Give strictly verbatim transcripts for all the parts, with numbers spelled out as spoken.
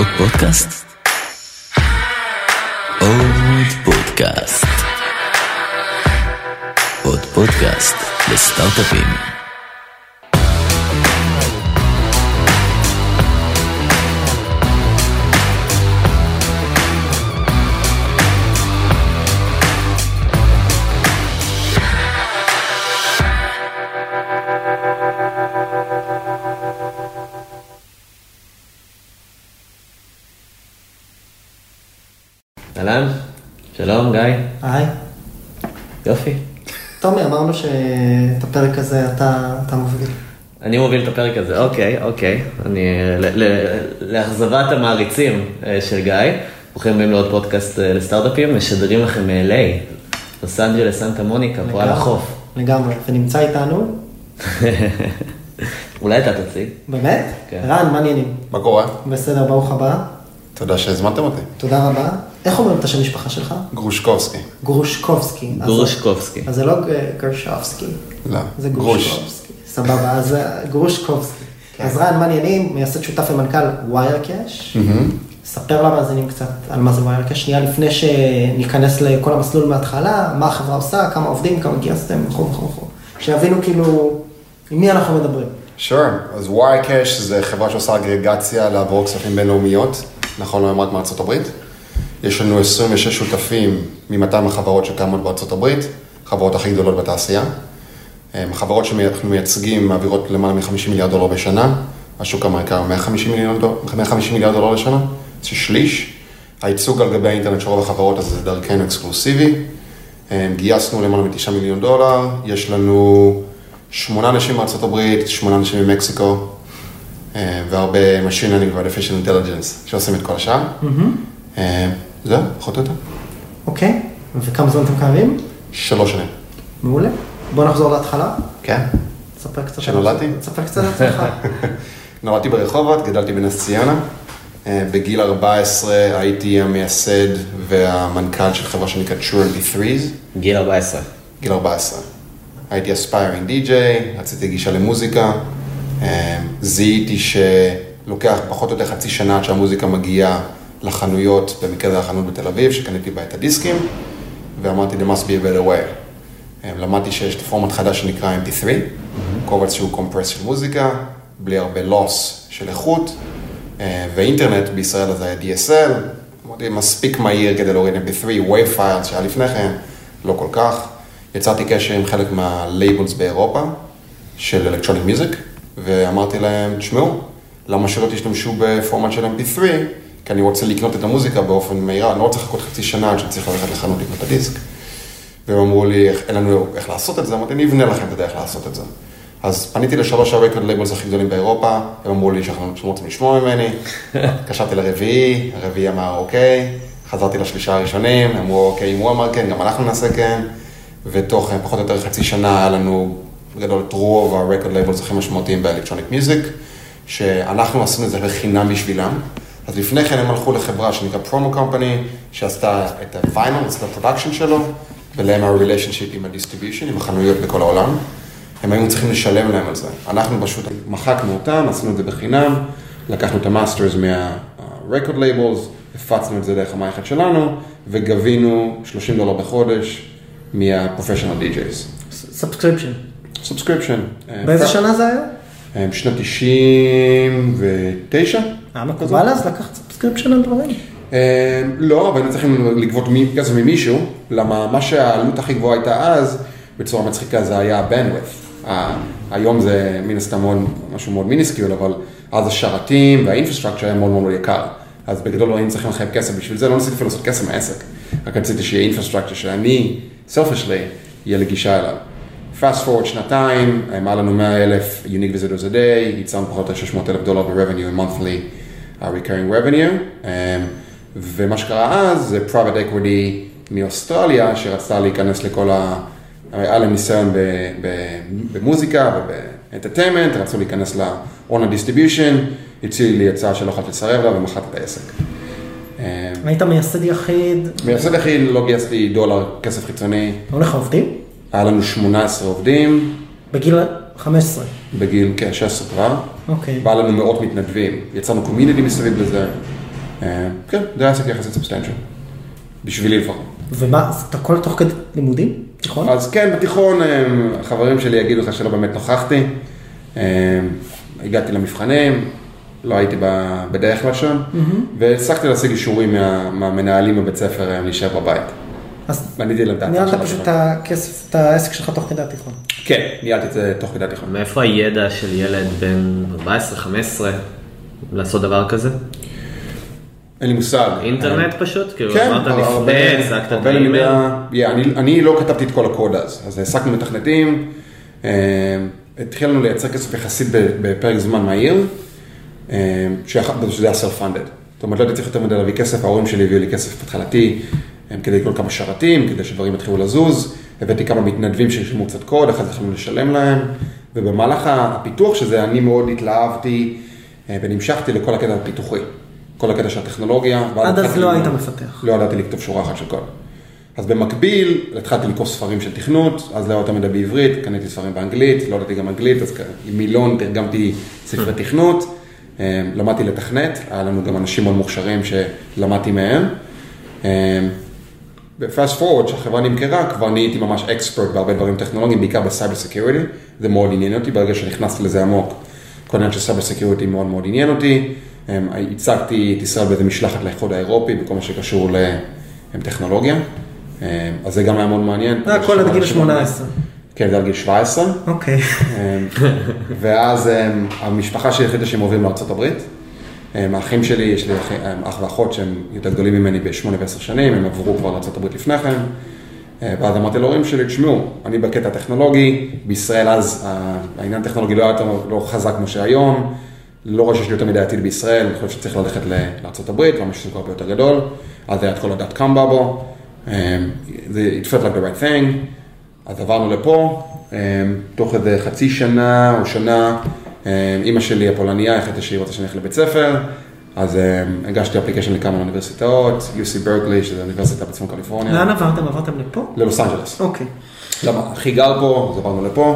עוד פודקאסט? עוד פודקאסט. עוד פודקאסט לסטארט-אפים. אהלן, שלום גיא. היי. יופי. תומי, אמרנו שאת הפרק הזה אתה, אתה מוביל. אני מוביל את הפרק הזה, אוקיי, אוקיי. אני, ל, ל, לאכזבת המעריצים של גיא, ברוכים הבאים לעוד פודקאסט לסטארט-אפים, משדרים לכם מ-אל איי, לוס אנג'לס, סנטה מוניקה, פה על החוף. לגמרי, ונמצא איתנו. אולי אתה תציג. באמת? כן. רן, מה עניינים? מה קורה? בסדר, ברוך הבא. תודה שהזמנתם אותי. תודה רבה. איך אומרים את השם משפחה שלך? גרושקובסקי. גרושקובסקי. גרושקובסקי. אז זה לא גרשובסקי. לא. זה גרוש. גרושקובסקי. סבבה, אז גרושקובסקי. אז רן, מה עניינים? מייסד שותף ומנכ"ל ווייר-קאש. ספר למאזינים קצת על מה זה ווייר-קאש. שנייה לפני שניכנס לכל המסלול מההתחלה, מה החברה עושה, כמה עובדים, כמה גייסתם, וכו' וכו' וכו'. שיבינו כאילו עם מי אנחנו מדברים. Sure. אז ווייר-קאש זה חברה שעושה אגרגציה לעבור כספים בינלאומיות, נכון לא רק מארצות הברית. יש לנו עשרים ושש שותפים מ-מאתיים החברות שקיימות בארצות הברית, חברות הכי גדולות בתעשייה. החברות שאנחנו מייצגים מעבירות למעלה מ-חמישים מיליארד דולר בשנה, השוק האמריקאי הוא מאה וחמישים מיליארד דולר לשנה, זה שליש. הייצוג על גבי האינטרנט של רוב החברות הזה זה דרכנו אקסקלוסיבי. גייסנו למעלה מ-תשעה מיליון דולר, יש לנו שמונה אנשים מארצות הברית, שמונה אנשים ממקסיקו, והרבה Machine Learning ו-Artificial Intelligence שעושים את כל השאר. זהו, פחות או יותר. אוקיי, וכמה זמן אתם קיימים? שלוש שנים. מעולה. בוא נחזור להתחלה. כן. תספר קצת. שנולדתי? תספר קצת על עצמך. נולדתי ברחובות, גדלתי בנס ציונה. בגיל ארבע עשרה הייתי המייסד והמנכ"ל של חברה שנקראת True אם פי שלוש. גיל ארבע עשרה. גיל ארבע עשרה. הייתי אספיירינג די-ג'יי, רציתי גישה למוזיקה. זיהיתי שלוקח פחות או יותר חצי שנה עד שהמוזיקה מגיעה לחנויות, במקרה זה החנות בתל אביב, שקניתי בה את הדיסקים, ואמרתי, there must be a better way. למדתי שיש פורמט חדש שנקרא אם פי שלוש, קובץ שהוא קומפרס של מוזיקה, בלי הרבה לוס של איכות, ואינטרנט בישראל אז היה די אס אל, אמרתי, מספיק מהיר כדי להוריד אם פי שלוש, wave files שהיה לפני כן, לא כל כך. יצרתי קשר עם חלק מהלייבלס באירופה, של אלקטרוניק מיוזיק, ואמרתי להם, תשמעו, למה שלא תשתמשו בפורמט של אם פי שלוש, כי אני רוצה לקנות את המוזיקה באופן מהירה, אני לא רוצה לחכות חצי שנה עד שצריך ללכת לחנות לקנות את הדיסק. והם אמרו לי, אין לנו איך לעשות את זה, אמרתי, אני אבנה לכם את הדרך לעשות את זה. אז פניתי לשלוש הרקורד לייבלס הכי גדולים באירופה, הם אמרו לי שאנחנו רוצים לשמוע ממני, קשרתי לרביעי, הרביעי אמר אוקיי, חזרתי לשלישה הראשונים, אמרו אוקיי, אם הוא אמר כן, גם אנחנו נעשה כן, ותוך פחות או יותר חצי שנה היה לנו בגדול את רוב הרקורד לייבלס הכי משמעותיים באלקטרוניק מיוזיק, שאנחנו עשינו את זה בחינם בשבילם. אז לפני כן הם הלכו לחברה שנקרא פרומו קומפני, שעשתה את הוויינל, עשתה את הפרודקשן שלו, ולהם הריליישנשיפ עם הדיסטריביושן, עם החנויות בכל העולם. הם היו צריכים לשלם להם על זה. אנחנו פשוט מחקנו אותם, עשינו את זה בחינם, לקחנו את המאסטרס מה-record labels, הפצנו את זה דרך המערכת שלנו, וגבינו שלושים דולר בחודש מה-professional די-ג'ייז. סאבסקריפשן. סאבסקריפשן. באיזה שנה זה היה? שנת תשעים ותשע. היה מקובל אז לקחת סאבסקריפשן על דברים? לא, אבל היינו צריכים לגבות כסף ממישהו, למה מה שהעלות הכי גבוהה הייתה אז, בצורה מצחיקה זה היה bandwidth. היום זה מן הסתם משהו מאוד מיניסקיול, אבל אז השרתים והאינפרסטרקצ'ר היה מאוד מאוד יקר. אז בגדול לא היינו צריכים לחייב כסף בשביל זה, לא ניסיתי אפילו לעשות כסף מהעסק. רק רציתי שיהיה אינפרסטרקצ'ר שאני, selfishly, יהיה לגישה אליו. fast forward שנתיים, היה לנו מאה אלף unique visitors a day, ייצרנו פחות או שש מאות אלף דולר ב-revenue, monthly uh, recurring revenue, um, ומה שקרה אז זה private equity מאוסטרליה, שרצתה להיכנס לכל ה... היה להם ניסיון במוזיקה ובאנטרטיימנט, רצו להיכנס ל-on distribution, הציעו לי הצעה שלא יכולתי לסרב לה ומחקתי את העסק. היית מייסד יחיד? מייסד יחיד, לא גייסתי דולר, כסף חיצוני. לא לך עובדים? היה לנו שמונה עשרה עובדים. בגיל חמש עשרה? בגיל, כן, שש עשרה כבר. אוקיי. בא לנו מאות מתנדבים. יצרנו קומיוניטי מסביב לזה. כן, זה היה עסק יחסית סובסטנציאל, בשבילי לפחות. ומה, אז אתה כל תוך כדי לימודים? תיכון? אז כן, בתיכון, החברים שלי יגידו לך שלא באמת נוכחתי, הגעתי למבחנים, לא הייתי בדרך כלל שם, והצלחתי להשיג אישורים מהמנהלים בבית ספר להישאר בבית. אז בניתי להם את ההצעה ניהלת פשוט את הכסף, את העסק שלך תוך כדי התיכון. כן, ניהלתי את זה תוך כדי התיכון. מאיפה הידע של ילד בין ארבע עשרה חמש עשרה לעשות דבר כזה? אין לי מושג. אינטרנט פשוט? כאילו כן, אמרת לפני, הצגת את האימייל. אני לא כתבתי את כל הקוד אז, אז העסקנו מתכנתים, התחילנו לייצר כסף יחסית בפרק זמן מהיר, שזה היה self-funded. זאת אומרת, לא הייתי צריך יותר מדי להביא כסף, ההורים שלי הביאו לי כסף התחלתי, כדי לקרוא כמה שרתים, כדי שדברים יתחילו לזוז, הבאתי כמה מתנדבים ששלמו קצת קוד, אחרי זה יכולנו לשלם להם, ובמהלך הפיתוח שזה אני מאוד התלהבתי ונמשכתי לכל הקטע הפיתוחי, כל הקטע של הטכנולוגיה. עד אז לא היית מפתח. לא ידעתי לכתוב שורה אחת של קוד. אז במקביל, התחלתי לקרוא ספרים של תכנות, אז לא יותר מדי בעברית, קניתי ספרים באנגלית, לא ידעתי גם אנגלית, אז עם מילון תרגמתי ספרי תכנות, למדתי לתכנת, היה לנו גם אנשים מאוד מוכשרים שלמדתי מהם. בפאסט פורוורד, שהחברה נמכרה, כבר נהייתי ממש אקספרט בהרבה דברים טכנולוגיים, בעיקר בסייבר סקיוריטי, זה מאוד עניין אותי, ברגע שנכנסתי לזה עמוק, כל עניין של סייבר סקיוריטי מאוד מאוד עניין אותי, הצגתי את ישראל באיזה משלחת לאיחוד האירופי, בכל מה שקשור לטכנולוגיה, אז זה גם היה מאוד מעניין. זה הכל עד גיל שמונה עשרה. כן, זה עד גיל שבע עשרה. אוקיי. ואז המשפחה שלי החליטה שהם עוברים לארצות הברית, האחים שלי, יש לי אח ואחות שהם יותר גדולים ממני בשמונה ועשר שנים, הם עברו כבר לארצות הברית לפני כן, ואז אמרתי להורים שלי, תשמעו, אני בקטע הטכנולוגי, בישראל אז העניין הטכנולוגי לא היה יותר, לא חזק כמו שהיום, לא רואה שיש לי יותר מדי עתיד בישראל, אני חושב שצריך ללכת לארצות הברית, למה שזה כבר יותר גדול, אז היה את כל הדאט קאם בבו, זה it felt like the right thing, אז עברנו לפה, תוך איזה חצי שנה או שנה, אמא שלי הפולניה, החליטה שהיא רוצה שנלך לבית ספר, אז הגשתי אפליקיישן לכמה אוניברסיטאות, יו סי ברקלי, שזה אוניברסיטה בצפון קליפורניה. לאן עברתם? עברתם לפה? ללוס אנג'לס. אוקיי. למה? הכי גר פה, אז עברנו לפה.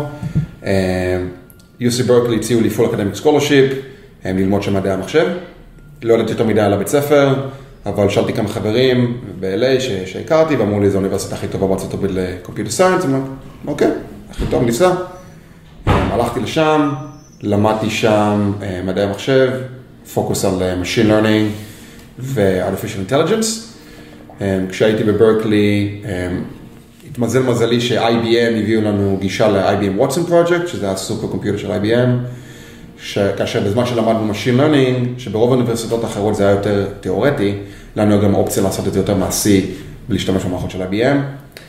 יו סי ברקלי הציעו לי full academic scholarship, ללמוד שם מדעי המחשב. לא ידעתי יותר מדי על הבית ספר, אבל שאלתי כמה חברים ב-אל איי שהכרתי, ואמרו לי, זו האוניברסיטה הכי טובה בארצות הברית לקומפיוטר סיינס, אמרתי, אוקיי, הכי טוב, ניסה. הלכתי לשם, למדתי שם מדעי המחשב, פוקוס על Machine Learning ו-Artificial Intelligence. כשהייתי בברקלי, התמזל מזלי ש-איי בי אם הביאו לנו גישה ל-איי בי אם Watson Project, שזה הסופר קומפיוטר של איי בי אם, כאשר בזמן שלמדנו Machine Learning, שברוב האוניברסיטאות האחרות זה היה יותר תיאורטי, לנו היה גם אופציה לעשות את זה יותר מעשי, ולהשתמש במערכות של איי בי אם.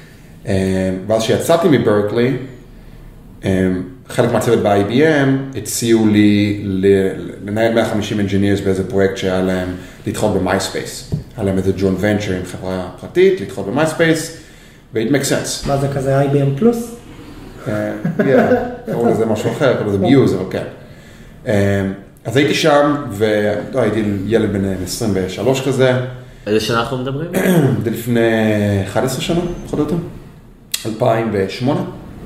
ואז שיצאתי מברקלי, חלק מהצוות ב-איי בי אם הציעו לי לנהל מאה וחמישים engineers באיזה פרויקט שהיה להם להתחרות ב-MySpace. היה להם איזה joint venture עם חברה פרטית, להתחרות ב-MySpace, ו-it makes sense. מה זה כזה איי בי אם פלוס? כן, קראו לזה משהו אחר, קראו לזה ביוז, אבל כן. אז הייתי שם, והייתי ילד בן עשרים ושלוש כזה. איזה שנה אנחנו מדברים? זה לפני אחת עשרה שנה, פחות או יותר. אלפיים ושמונה.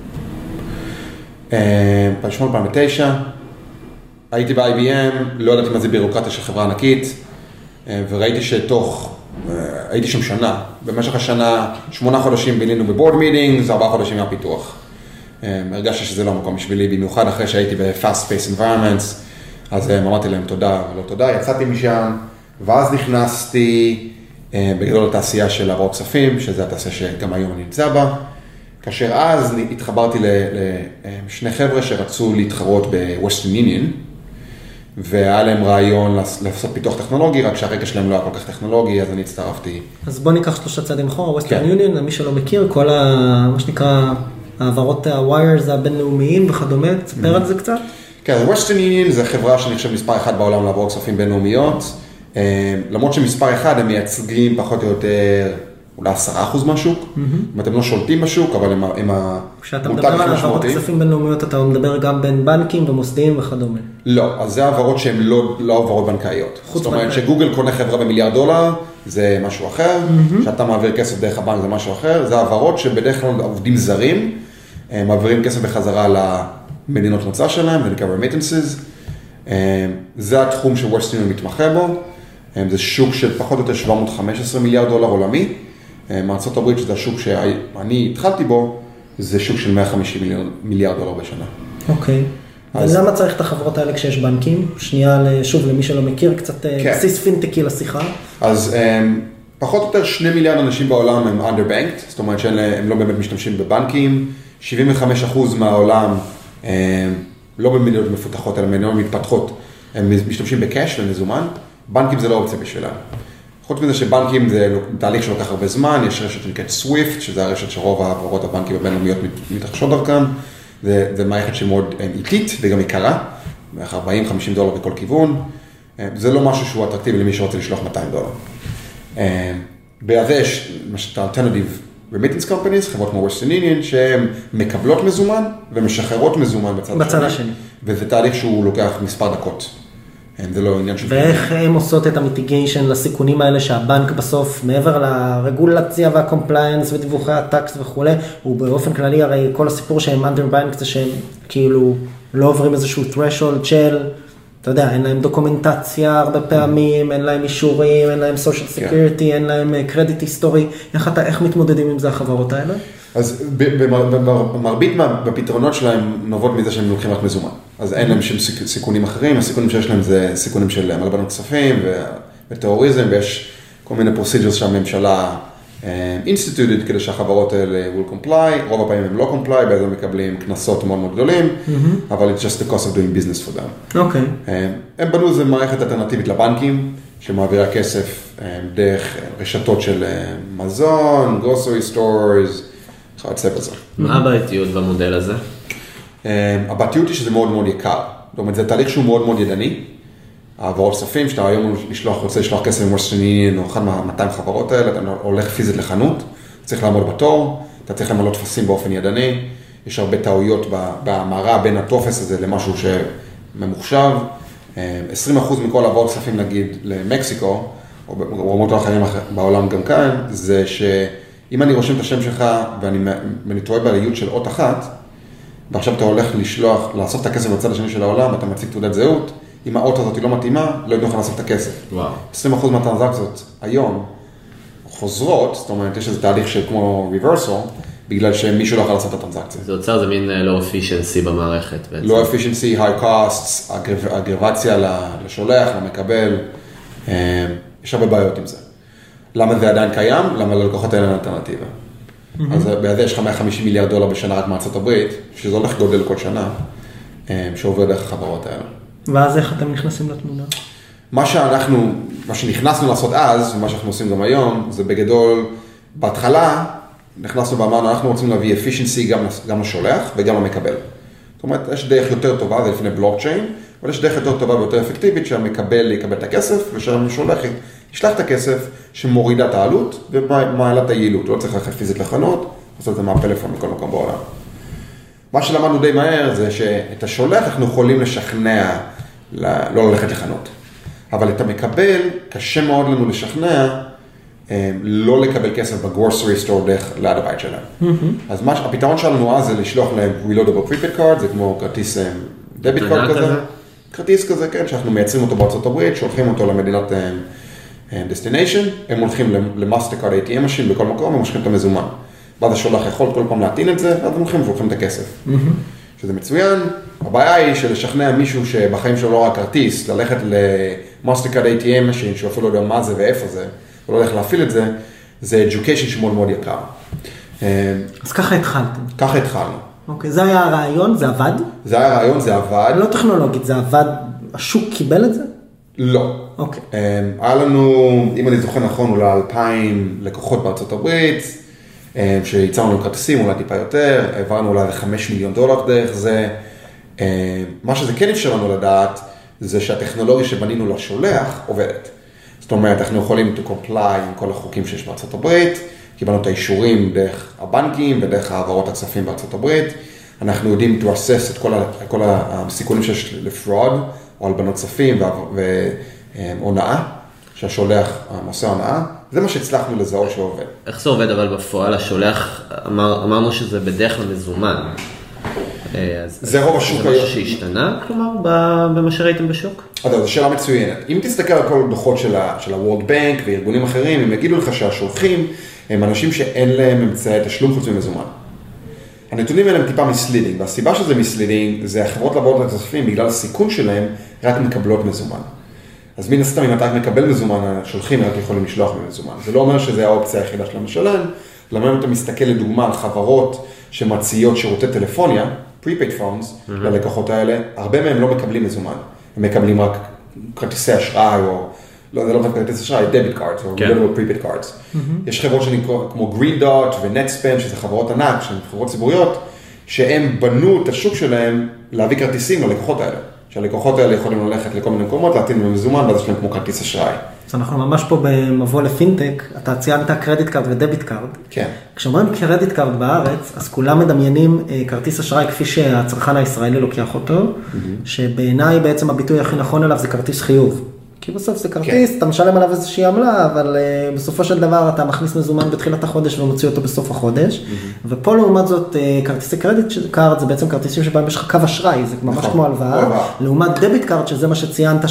אלפיים ושמונה, אלפיים ותשע, הייתי ב-איי בי אם, לא ידעתי מה זה בירוקרטיה של חברה ענקית, וראיתי שתוך, הייתי שם שנה, במשך השנה, שמונה חודשים בילינו בבורד מיטינגס, ארבעה חודשים מהפיתוח. הרגשתי שזה לא מקום בשבילי, במיוחד אחרי שהייתי ב-fast-paced environments, אז אמרתי להם תודה ולא תודה, יצאתי משם, ואז נכנסתי בגדול לתעשייה של העברות כספים, שזה התעשייה שגם היום אני נמצא בה, כאשר אז התחברתי לשני חבר'ה שרצו להתחרות ב-Western Union, והיה להם רעיון לעשות פיתוח טכנולוגי, רק שהרקע שלהם לא היה כל כך טכנולוגי, אז אני הצטרפתי. אז בוא ניקח שלושה צעדים אחורה, Western Union, למי שלא מכיר, כל מה שנקרא העברות ה-wires הבינלאומיים וכדומה, תספר על זה קצת? כן, Western Union זה חברה שאני חושב מספר אחד בעולם לעבור כספים בינלאומיות, למרות שמספר אחד הם מייצגים פחות או יותר אולי עשרה אחוז מהשוק, אם אתם לא שולטים בשוק, אבל הם המותג הכי כשאתה מדבר על העברות כספים בינלאומיות, אתה מדבר גם בין בנקים ומוסדיים וכדומה. לא, אז זה העברות שהן לא העברות בנקאיות. זאת אומרת שגוגל קונה חברה במיליארד דולר, זה משהו אחר, שאתה מעביר כסף דרך הבנק זה משהו אחר, זה העברות שבדרך כלל עובדים זרים, מעבירים כסף בחזרה למדינות מוצא שלהם, זה נקרא remittances, זה התחום שווסטרן מתמחה בו, זה שוק של פחות או יותר שבע מאות וחמש עשרה מיליארד דולר עולמי. מארצות הברית, שזה השוק שאני התחלתי בו, זה שוק של מאה וחמישים מיליארד דולר בשנה. אוקיי. אז למה צריך את החברות האלה כשיש בנקים? שנייה, שוב, למי שלא מכיר, קצת בסיס פינטקי לשיחה. אז פחות או יותר שני מיליארד אנשים בעולם הם underbanked, זאת אומרת שהם לא באמת משתמשים בבנקים, שבעים וחמישה אחוז מהעולם לא במדינות מפותחות, אלא במדינות מתפתחות, הם משתמשים בקאש ומזומן, בנקים זה לא אופציה בשבילם. חוץ מזה שבנקים זה תהליך שלוקח הרבה זמן, יש רשת שנקראת סוויפט, שזה הרשת שרוב העברות הבנקים הבינלאומיות מתרחשות דרכם, זה, זה מערכת שמאוד איטית וגם יקרה, בערך ארבעים חמישים דולר בכל כיוון, זה לא משהו שהוא אטרקטיבי למי שרוצה לשלוח מאתיים דולר. בעזה יש את ה-Alternative Remittance Companies, חברות כמו Western Union, שהן מקבלות מזומן ומשחררות מזומן בצד, בצד השני. וזה תהליך שהוא לוקח מספר דקות. זה לא עניין של... ואיך הם עושות את המיטיגיישן לסיכונים האלה שהבנק בסוף, מעבר לרגולציה והקומפליינס ודיווחי הטקס וכו', הוא באופן כללי, הרי כל הסיפור שהם underbanked זה שהם כאילו לא עוברים איזשהו threshold של, אתה יודע, אין להם דוקומנטציה הרבה פעמים, אין להם אישורים, אין להם social security, אין להם credit history, איך אתה, איך מתמודדים עם זה החברות האלה? אז במרבית בפתרונות שלהם נובעות מזה שהם לוקחים רק מזומן. אז אין להם שום סיכונים אחרים, הסיכונים שיש להם זה סיכונים של הלבנת כספים וטרוריזם, ויש כל מיני procedures שהממשלה instituted כדי שהחברות האלה will comply, רוב הפעמים הם לא comply, בעצם מקבלים כנסות מאוד מאוד גדולים, אבל it's just the cost of doing business for them. אוקיי. הם בנו איזה מערכת אלטרנטיבית לבנקים, שמעבירה כסף דרך רשתות של מזון, grocery stores, מה הבעייתיות במודל הזה? הבעייתיות היא שזה מאוד מאוד יקר. זאת אומרת, זה תהליך שהוא מאוד מאוד ידני. העברות כספים, שאתה היום רוצה לשלוח כסף עם Western Union או אחד מה-מאתיים חברות האלה, אתה הולך פיזית לחנות, צריך לעמוד בתור, אתה צריך למלא טפסים באופן ידני, יש הרבה טעויות בהמרה בין הטופס הזה למשהו שממוחשב. עשרים אחוז מכל העברות כספים, נגיד, למקסיקו, או ברמות אחרים בעולם גם כאן, זה ש... אם אני רושם את השם שלך ואני טועה בעליות של אות אחת, ועכשיו אתה הולך לשלוח, לאסוף את הכסף בצד השני של העולם, אתה מציג תעודת זהות, אם האות הזאת היא לא מתאימה, לא יודעים לך לאסוף את הכסף. וואו. עשרים אחוז מהטרנזקציות היום חוזרות, זאת אומרת, יש איזה תהליך של כמו reversal, בגלל שמישהו לא יכול לעשות את הטרנזקציה. זה יוצר, זה מין לא efficiency במערכת בעצם. לא efficiency, high costs, אגרבציה לשולח, למקבל, יש הרבה בעיות עם זה. למה זה עדיין קיים? למה ללקוחות האלה אין אלטרנטיבה? אז בעזה יש לך מאה וחמישים מיליארד דולר בשנה רק מארצות הברית, שזה הולך גודל כל שנה, שעובר דרך החברות האלה. ואז איך אתם נכנסים לתמונה? מה שאנחנו, מה שנכנסנו לעשות אז, ומה שאנחנו עושים גם היום, זה בגדול, בהתחלה נכנסנו ואמרנו, אנחנו רוצים להביא efficiency גם, גם לשולח וגם למקבל. זאת אומרת, יש דרך יותר טובה, זה לפני בלוקצ'יין, אבל יש דרך יותר טובה ויותר אפקטיבית שהמקבל יקבל את הכסף, ושהשולח ישלח את הכסף שמורידה את העלות ומעלה את היעילות. לא צריך ללכת פיזית לחנות, לעשות את זה מהפלאפון מכל מקום בעולם. מה שלמדנו די מהר זה שאת השולח אנחנו יכולים לשכנע לא ללכת לחנות. אבל את המקבל, קשה מאוד לנו לשכנע לא לקבל כסף בגרוסרי סטור דרך ליד הבית שלהם. אז מה, הפתרון שלנו אז זה לשלוח להם reloadable prepaid card, זה כמו כרטיס דביט קארד כזה. כרטיס כזה, כן, שאנחנו מייצרים אותו בארצות הברית, שולחים אותו למדינת destination, הם הולכים למאסטרקארד איי טי אם משין בכל מקום, הם מושכים את המזומן. ואז השולח יכול כל פעם להטעין את זה, ואז הם הולכים ולוקחים את הכסף. שזה מצוין. הבעיה היא שלשכנע מישהו שבחיים שלו לא רק כרטיס, ללכת למאסטרקארד איי טי אם משין, שהוא אפילו לא יודע מה זה ואיפה זה, ולא הולך להפעיל את זה, זה education שמאוד מאוד יקר. אז ככה התחלתם. ככה התחלנו. אוקיי, זה היה הרעיון, זה עבד? זה היה הרעיון, זה עבד. לא טכנולוגית, זה עבד, השוק קיבל את זה? לא. אוקיי. היה לנו, אם אני זוכר נכון, אולי אלפיים לקוחות בארצות הברית, שייצרנו לנו כרטיסים, אולי טיפה יותר, העברנו אולי חמישה מיליון דולר דרך זה. מה שזה כן אפשר לנו לדעת, זה שהטכנולוגיה שבנינו לשולח עובדת. זאת אומרת, אנחנו יכולים to comply עם כל החוקים שיש בארצות הברית, קיבלנו את האישורים דרך הבנקים ודרך העברות הכספים בארצות הברית. אנחנו יודעים to assess את כל, כל הסיכונים שיש לפרוד, או הלבנות כספים והונאה, שהשולח עושה הונאה. זה מה שהצלחנו לזהות שעובד. איך זה עובד אבל בפועל? השולח, אמר, אמרנו שזה בדרך כלל מזומן. זה רוב השוק היום. זה משהו שהשתנה, כלומר, במה שראיתם בשוק? זו שאלה מצוינת. אם תסתכל על כל דוחות של ה-World Bank וארגונים אחרים, הם יגידו לך שהשולחים הם אנשים שאין להם אמצעי תשלום חוץ ממזומן. הנתונים האלה הם טיפה מיסלידינג, והסיבה שזה מיסלידינג זה החברות לבאות לכספים, בגלל הסיכון שלהם, רק מקבלות מזומן. אז מן הסתם, אם אתה רק מקבל מזומן, השולחים רק יכולים לשלוח במזומן. זה לא אומר שזה האופציה היחידה של המשלם, למה אם אתה מסתכל לדוגמה על חברות שמציעות שירותי טלפוניה, prepaid phones, mm-hmm. ללקוחות האלה, הרבה מהם לא מקבלים מזומן. הם מקבלים רק כרטיסי אשראי, או לא, זה לא כרטיסי אשראי, debit cards, או כן. prepaid cards. Mm-hmm. יש חברות שנקרא, כמו Green Dot ו-NetSpend, שזה חברות ענק, שהן חברות ציבוריות, שהם בנו את השוק שלהם להביא כרטיסים ללקוחות האלה. שהלקוחות האלה יכולים ללכת לכל מיני מקומות, להטעין במזומן, ואז יש להם כמו כרטיס אשראי. אז אנחנו ממש פה במבוא לפינטק, אתה ציינת קרדיט קארד ודביט קארד. כן. כשאומרים קרדיט קארד בארץ, אז כולם מדמיינים כרטיס אשראי כפי שהצרכן הישראלי לוקח אותו, שבעיניי בעצם הביטוי הכי נכון אליו זה כרטיס חיוב. כי בסוף זה כרטיס, אתה משלם עליו איזושהי עמלה, אבל בסופו של דבר אתה מכניס מזומן בתחילת החודש ומוציא אותו בסוף החודש. ופה לעומת זאת, כרטיסי קרדיט קארד זה בעצם כרטיסים שבהם יש לך קו אשראי, זה ממש כמו הלוואה. לעומת דביט קארד, שזה מה שציינת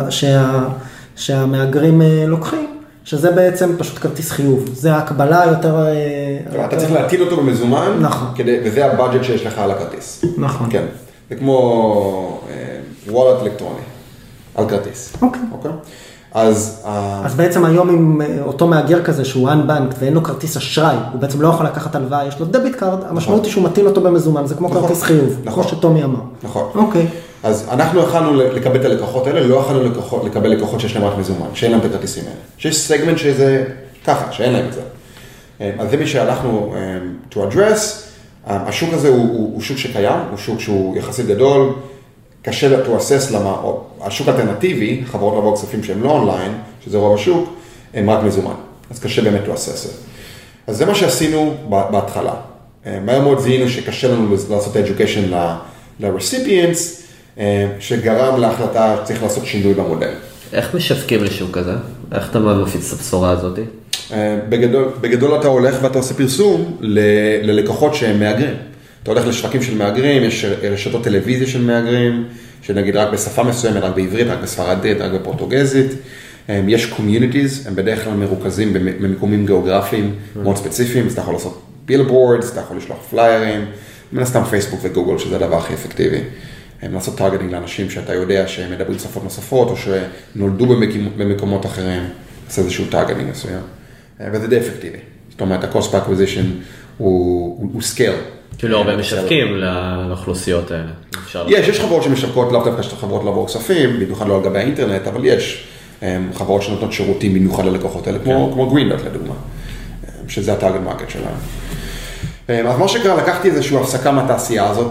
שהמאגרים לוקחים, שזה בעצם פשוט כרטיס חיוב. זה ההקבלה יותר... אתה צריך להטיל אותו במזומן, וזה הבאג'ט שיש לך על הכרטיס. נכון. כן. זה כמו וולט אלקטרוני. על כרטיס. אוקיי. אוקיי? אז... אז בעצם היום עם אותו מאגר כזה שהוא unbanked ואין לו כרטיס אשראי, הוא בעצם לא יכול לקחת הלוואה, יש לו דביט קארד, המשמעות היא שהוא מטיל אותו במזומן, זה כמו כרטיס חיוב, כמו שטומי אמר. נכון. אוקיי. אז אנחנו יכולנו לקבל את הלקוחות האלה, לא יכולנו לקבל לקוחות שיש להם רק מזומן, שאין להם את הכרטיסים האלה. שיש סגמנט שזה ככה, שאין להם את זה. אז זה מי שהלכנו to address, השוק הזה הוא שוק שקיים, הוא שוק שהוא יחסית גדול, קשה לתואסס למה, או השוק אלטרנטיבי, חברות לבוא כספים שהם לא אונליין, שזה רוב השוק, הם רק מזומן. אז קשה באמת לתואסס. אז זה מה שעשינו בהתחלה. מהר מאוד זיהינו שקשה לנו לעשות education ל-recipients, שגרם להחלטה שצריך לעשות שינוי במודל. איך משווקים לשוק כזה? איך אתה מפיץ את הבשורה הזאת? בגדול, בגדול אתה הולך ואתה עושה פרסום ללקוחות שהם מאגרים. אתה הולך לשווקים של מאגרים, יש רשתות טלוויזיה של מאגרים, שנגיד רק בשפה מסוימת, רק בעברית, רק בספרדית, רק בפורטוגזית. יש קומיוניטיז, הם בדרך כלל מרוכזים במקומים גיאוגרפיים מאוד ספציפיים, אז אתה יכול לעשות בילבורדס, אתה יכול לשלוח פליירים, מן הסתם פייסבוק וגוגל, שזה הדבר הכי אפקטיבי. לעשות טארגטינג לאנשים שאתה יודע שהם מדברים שפות נוספות, או שנולדו במקומות אחרים, לעשות איזשהו טארגטינג מסוים. וזה די אפקטיבי. זאת אומרת, ה-cost per acquisition הוא scale. כאילו הרבה משווקים לאוכלוסיות האלה. יש, יש חברות שמשווקות, לאו דווקא חברות לעבור כספים, במיוחד לא על גבי האינטרנט, אבל יש חברות שנותנות שירותים במיוחד ללקוחות האלה, כמו Green Dot לדוגמה, שזה הטארגט מרקט שלנו. אז מה שקרה, לקחתי איזושהי הפסקה מהתעשייה הזאת,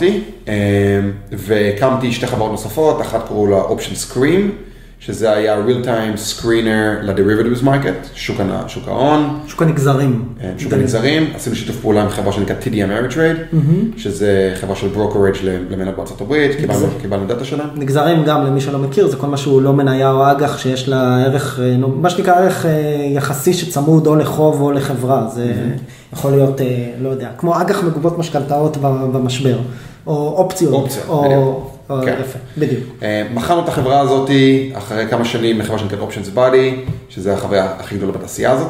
והקמתי שתי חברות נוספות, אחת קראו לה Option Screen, שזה היה real time screener ל-derivatives market, שוק ההון. שוק הנגזרים. שוק הנגזרים. עשינו שיתוף פעולה עם חברה שנקרא טי די Ameritrade, שזה חברה של brokerage למניות בארצות הברית, קיבלנו דאטה שלהם. נגזרים גם, למי שלא מכיר, זה כל מה שהוא לא מניה או אג"ח, שיש לה ערך, מה שנקרא ערך יחסי שצמוד או לחוב או לחברה. זה יכול להיות, לא יודע, כמו אג"ח מגובות משכנתאות במשבר, או אופציות. אופציות, בדיוק. יפה, בדיוק. מכרנו את החברה הזאת אחרי כמה שנים לחברה שנקראת Options Body, שזה החברה הכי גדולה בתעשייה הזאת,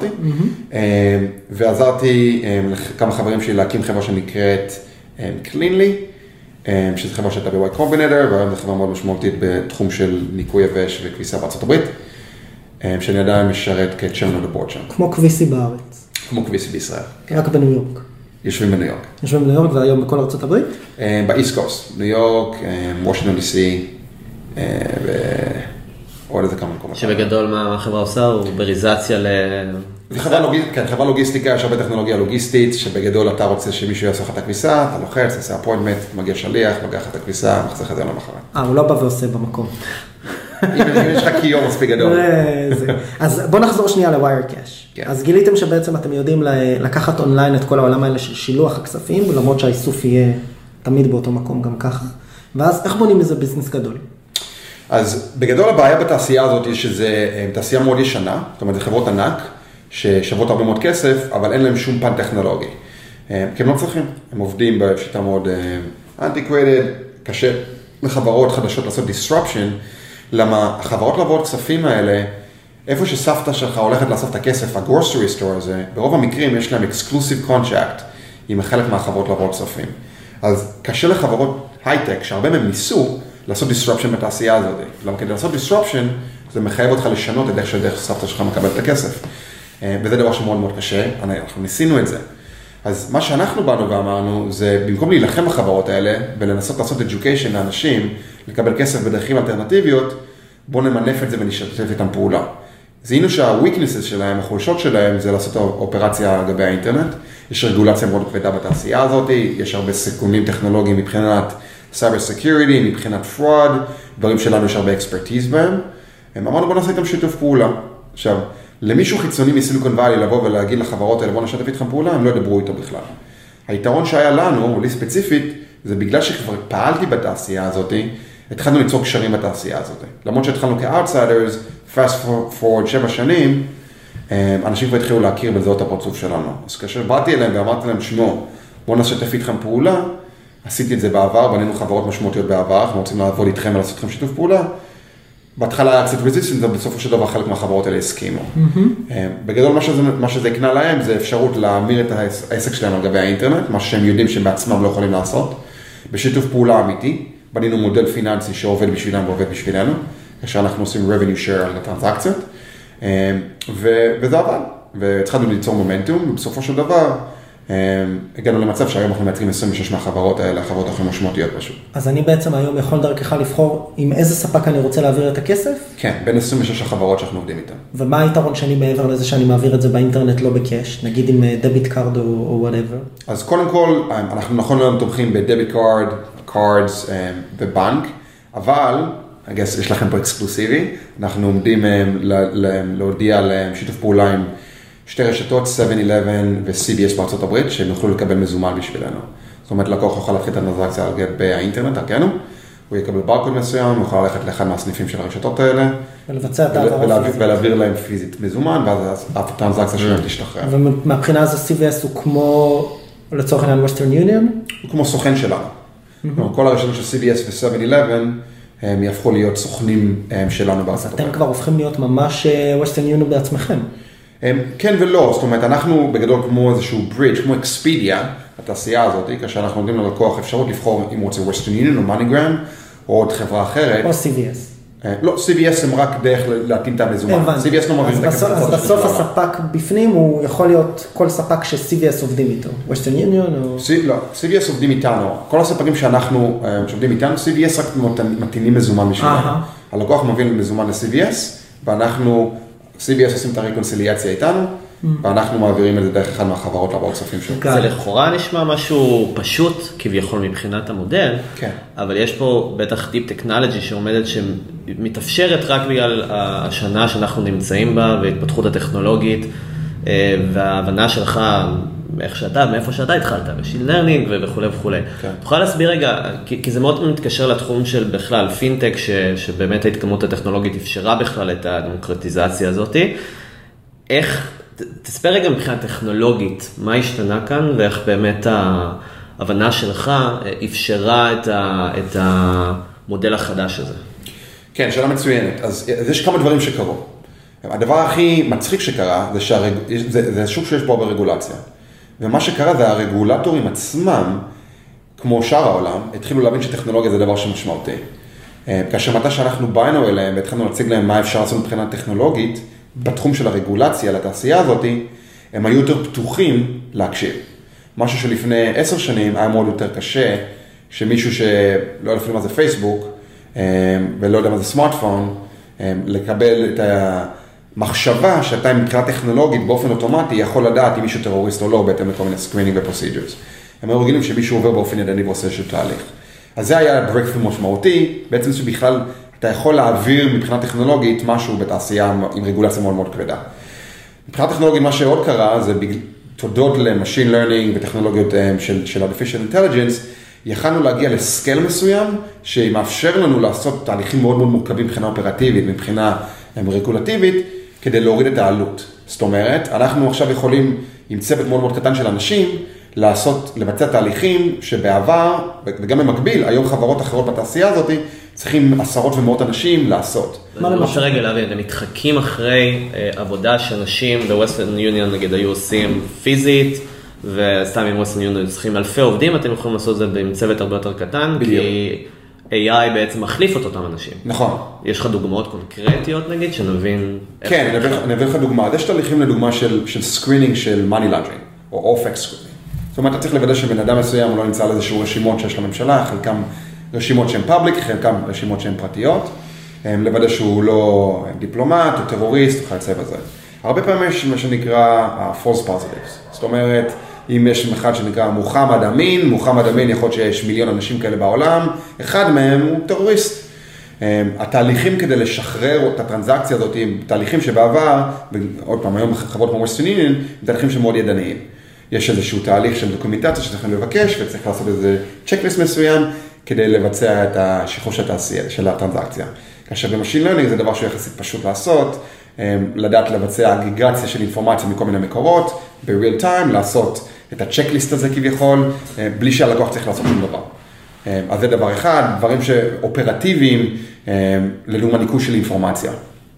ועזרתי לכמה חברים שלי להקים חברה שנקראת Cleanly, שזו חברה שהייתה ב-Y Combinator, והיום זו חברה מאוד משמעותית בתחום של ניקוי יבש וכביסה בארצות הברית, שאני עדיין משרת כ-Chairman of the Board שם. כמו כביסי בארץ. כמו כביסי בישראל. רק בניו יורק. יושבים בניו יורק. יושבים בניו יורק והיום בכל ארצות הברית? באיסט קוסט, ניו יורק, וושינגטון די סי, ועוד איזה כמה מקומות. שבגדול מה החברה עושה הוא בריזציה ל... חברה לוגיסטיקה, יש הרבה טכנולוגיה לוגיסטית, שבגדול אתה רוצה שמישהו יעשה לך את הכביסה, אתה לוחץ, עושה אפוינטמנט, מגיע שליח, מגיע לך את הכביסה, מחזיר את זה למחרת. אה, הוא לא בא ועושה במקום. אם יש לך קיום מספיק גדול. אז בוא נחזור שנייה לווייר קאש. אז גיליתם שבעצם אתם יודעים לקחת אונליין את כל העולם האלה של שילוח הכספים, למרות שהאיסוף יהיה תמיד באותו מקום גם ככה. ואז איך בונים איזה ביזנס גדול? אז בגדול הבעיה בתעשייה הזאת היא שזה תעשייה מאוד ישנה, זאת אומרת, זה חברות ענק ששוות הרבה מאוד כסף, אבל אין להם שום פן טכנולוגי. כי הם לא צריכים, הם עובדים בשיטה מאוד antiquated, קשה לחברות חדשות לעשות disruption, למה החברות לעבור כספים האלה, איפה שסבתא שלך הולכת לאסוף את הכסף, ה-grocery store הזה, ברוב המקרים יש להם exclusive contract עם חלק מהחברות לעבור כספים. אז קשה לחברות הייטק, שהרבה מהם ניסו לעשות disruption בתעשייה הזאת. למה כדי לעשות disruption, זה מחייב אותך לשנות את איך שדרך סבתא שלך מקבל את הכסף. וזה דבר שמאוד מאוד קשה, אנחנו ניסינו את זה. אז מה שאנחנו באנו ואמרנו, זה במקום להילחם בחברות האלה, ולנסות לעשות education לאנשים, לקבל כסף בדרכים אלטרנטיביות, בואו נמנף את זה ונשתף איתם פעולה. זיהינו שה-weaknesses שלהם, החולשות שלהם, זה לעשות אופרציה לגבי האינטרנט. יש רגולציה מאוד כבדה בתעשייה הזאת, יש הרבה סיכונים טכנולוגיים מבחינת cyber security, מבחינת fraud, דברים שלנו יש הרבה expertise בהם. אמרנו בוא נעשה איתם שיתוף פעולה. עכשיו, למישהו חיצוני מסיליקון ואלי לבוא ולהגיד לחברות האלה, בוא נשתף איתכם פעולה, הם לא ידברו איתו בכלל. היתרון שהיה לנו, לי ספציפית, זה בגלל שכבר פעלתי בתעשייה הזאת, התחלנו ליצור קשרים בתעשייה הזאת. למרות שהתחלנו כ-outsiders, fast forward שבע שנים, אנשים כבר התחילו להכיר בזהות הפרצוף שלנו. אז כאשר באתי אליהם ואמרתי להם, שמו, בואו נשתף איתכם פעולה, עשיתי את זה בעבר, בנינו חברות משמעותיות בעבר, אנחנו רוצים לעבוד איתכם ולעשות איתכם שיתוף פעולה. בהתחלה היה קצת רזיסטנס, ובסופו של דבר חלק מהחברות האלה הסכימו. בגדול מה שזה, מה שזה יקנה להם, זה אפשרות להמיר את העסק שלהם על גבי האינטרנט, מה שהם יודעים שהם בעצמם לא יכולים לעשות, בשיתוף פעולה אמיתי. בנינו מודל פיננסי שעובד בשבילם ועובד בשבילנו, כאשר אנחנו עושים revenue share על הטרנזקציות, וזה עבד, והתחלנו ליצור מומנטום, ובסופו של דבר, הגענו למצב שהיום אנחנו מייצרים עשרים ושש מהחברות האלה, החברות הכי משמעותיות פשוט. אז אני בעצם היום יכול דרכך לבחור עם איזה ספק אני רוצה להעביר את הכסף? כן, בין עשרים ושש החברות שאנחנו עובדים איתן. ומה היתרון שאני מעבר לזה שאני מעביר את זה באינטרנט לא בקש, נגיד עם דביט קארד או whatever? אז קודם כל, אנחנו נכון היום תומכים בדביט קארד, cards ובנק, אבל, I guess, יש לכם פה אקסקלוסיבי, אנחנו עומדים להודיע על שיתוף פעולה עם שתי רשתות, seven eleven ו-סי בי אס בארצות הברית, שהם יוכלו לקבל מזומן בשבילנו. זאת אומרת, לקוח יוכל להתחיל את הטרנזקציה על גבי האינטרנט, דרכנו, הוא יקבל ברקוד מסוים, הוא יכול ללכת לאחד מהסניפים של הרשתות האלה, ולבצע את העברה פיזית. ולהעביר להם פיזית מזומן, ואז הטרנזקציה שלהם תשתחרר. ומהבחינה הזו סי בי אס הוא כמו, לצורך העניין, Western Union? הוא כמו סוכן שלנו. כל הרשתות של סי בי אס ו-seven eleven, הם יהפכו להיות סוכנים שלנו בארצות הברית. אתם כבר הופכים להיות ממש Western Union בעצמכם. כן ולא, זאת אומרת, אנחנו בגדול כמו איזשהו bridge, כמו אקספידיה, התעשייה הזאת, כאשר אנחנו נותנים ללקוח אפשרות לבחור אם הוא רוצה Western Union או MoneyGram, או עוד חברה אחרת. או סי בי אס. לא, סי בי אס הם רק דרך להתאים את המזומן. סי בי אס לא מעביר את הכסף. אז בסוף הספק בפנים הוא יכול להיות כל ספק ש-סי בי אס עובדים איתו. Western Union או... לא, סי בי אס עובדים איתנו. כל הספקים שאנחנו שעובדים איתנו, סי בי אס רק מתאינים מזומן בשבילנו. הלקוח מביא מזומן ל-סי בי אס, ואנחנו, סי בי אס עושים את הרקונסיליאציה איתנו, ואנחנו מעבירים את זה דרך אחד מהחברות לעבור כספים שלנו. זה לכאורה נשמע משהו פשוט, כביכול מבחינת המודל, כן. אבל יש פה בטח טיפ טכנולוגי שעומדת שמתאפשרת רק בגלל השנה שאנחנו נמצאים בה, והתפתחות הטכנולוגית, וההבנה שלך, איך שאתה, מאיפה שאתה התחלת, בשין לרנינג וכו' וכו'. כן. תוכל להסביר רגע, כי, כי זה מאוד מתקשר לתחום של בכלל פינטק, ש, שבאמת ההתקדמות הטכנולוגית אפשרה בכלל את הדמוקרטיזציה הזאת. איך, תספר רגע מבחינה טכנולוגית, מה השתנה כאן, ואיך באמת ההבנה שלך אפשרה את, ה, את המודל החדש הזה. כן, שאלה מצוינת. אז יש כמה דברים שקרו. הדבר הכי מצחיק שקרה, זה, שהרג... זה, זה שוק שיש בו הרבה רגולציה. ומה שקרה זה הרגולטורים עצמם, כמו שאר העולם, התחילו להבין שטכנולוגיה זה דבר שמשמעותי. כאשר מתי שאנחנו באנו אליהם והתחלנו להציג להם מה אפשר לעשות מבחינה טכנולוגית, בתחום של הרגולציה לתעשייה הזאת, הם היו יותר פתוחים להקשיב. משהו שלפני עשר שנים היה מאוד יותר קשה, שמישהו שלא יודע מה זה פייסבוק, ולא יודע מה זה סמארטפון, לקבל את המחשבה שאתה מבחינה טכנולוגית באופן אוטומטי יכול לדעת אם מישהו טרוריסט או לא, בהתאם לכל מיני סקרינינג ופרוסיג'רס. הם היו רגילים שמישהו עובר באופן ידני ועושה איזשהו תהליך. אז זה היה breakthrough משמעותי, בעצם שבכלל אתה יכול להעביר מבחינה טכנולוגית משהו בתעשייה עם רגולציה מאוד מאוד כבדה. מבחינה טכנולוגית מה שעוד קרה זה תודות ל-machine learning וטכנולוגיות של, של artificial intelligence, יכלנו להגיע לסקל מסוים שמאפשר לנו לעשות תהליכים מאוד מאוד מורכבים מבחינה אופרטיבית, מבחינה רגולטיבית, כדי להוריד את העלות. זאת אומרת, אנחנו עכשיו יכולים עם צוות מאוד מאוד קטן של אנשים, לעשות, לבצע תהליכים שבעבר, וגם במקביל, היום חברות אחרות בתעשייה הזאת, צריכים עשרות ומאות אנשים לעשות. מה למשל רגע להבין, אתם מתחקים אחרי עבודה שאנשים בווסטרן יוניון נגיד היו עושים פיזית, וסתם עם ווסטרן יוניון צריכים אלפי עובדים, אתם יכולים לעשות את זה עם צוות הרבה יותר קטן, כי איי איי בעצם מחליף את אותם אנשים. נכון. יש לך דוגמאות קונקרטיות נגיד, שנבין... כן, אני אביא לך דוגמה. יש תהליכים לדוגמה של סקרינינג של money laundering, או אופק סקרינינג. זאת אומרת, אתה צריך לוודא שבן אדם מסוים הוא לא נמצא על איזשהו רשימות שיש לממשלה, חלקם רשימות שהן פאבליק, חלקם רשימות שהן פרטיות, לוודא שהוא לא דיפלומט או טרוריסט או חייצא בזה. הרבה פעמים יש מה שנקרא false positives. זאת אומרת, אם יש אחד שנקרא מוחמד אמין, מוחמד אמין יכול להיות שיש מיליון אנשים כאלה בעולם, אחד מהם הוא טרוריסט. התהליכים כדי לשחרר את הטרנזקציה הזאת, הם תהליכים שבעבר, ועוד פעם, היום חברות כמו ווסטרן יוניון, הם תהליכים שמאוד ידניים. יש איזשהו תהליך של דוקומנטציה שצריכים לבקש, וצריך לעשות איזה צ'קליסט מסוים, כדי לבצע את השחרור של התעשייה, של הטרנזקציה. כאשר במשין לרנינג זה דבר שהוא יחסית פשוט לעשות, לדעת לבצע אגריגציה של אינפורמציה מכל מיני מקורות, ב-real time, לעשות את הצ'קליסט הזה כביכול, בלי שהלקוח צריך לעשות שום דבר. אז זה דבר אחד, דברים שאופרטיביים, לדוגמה ניקוי של אינפורמציה.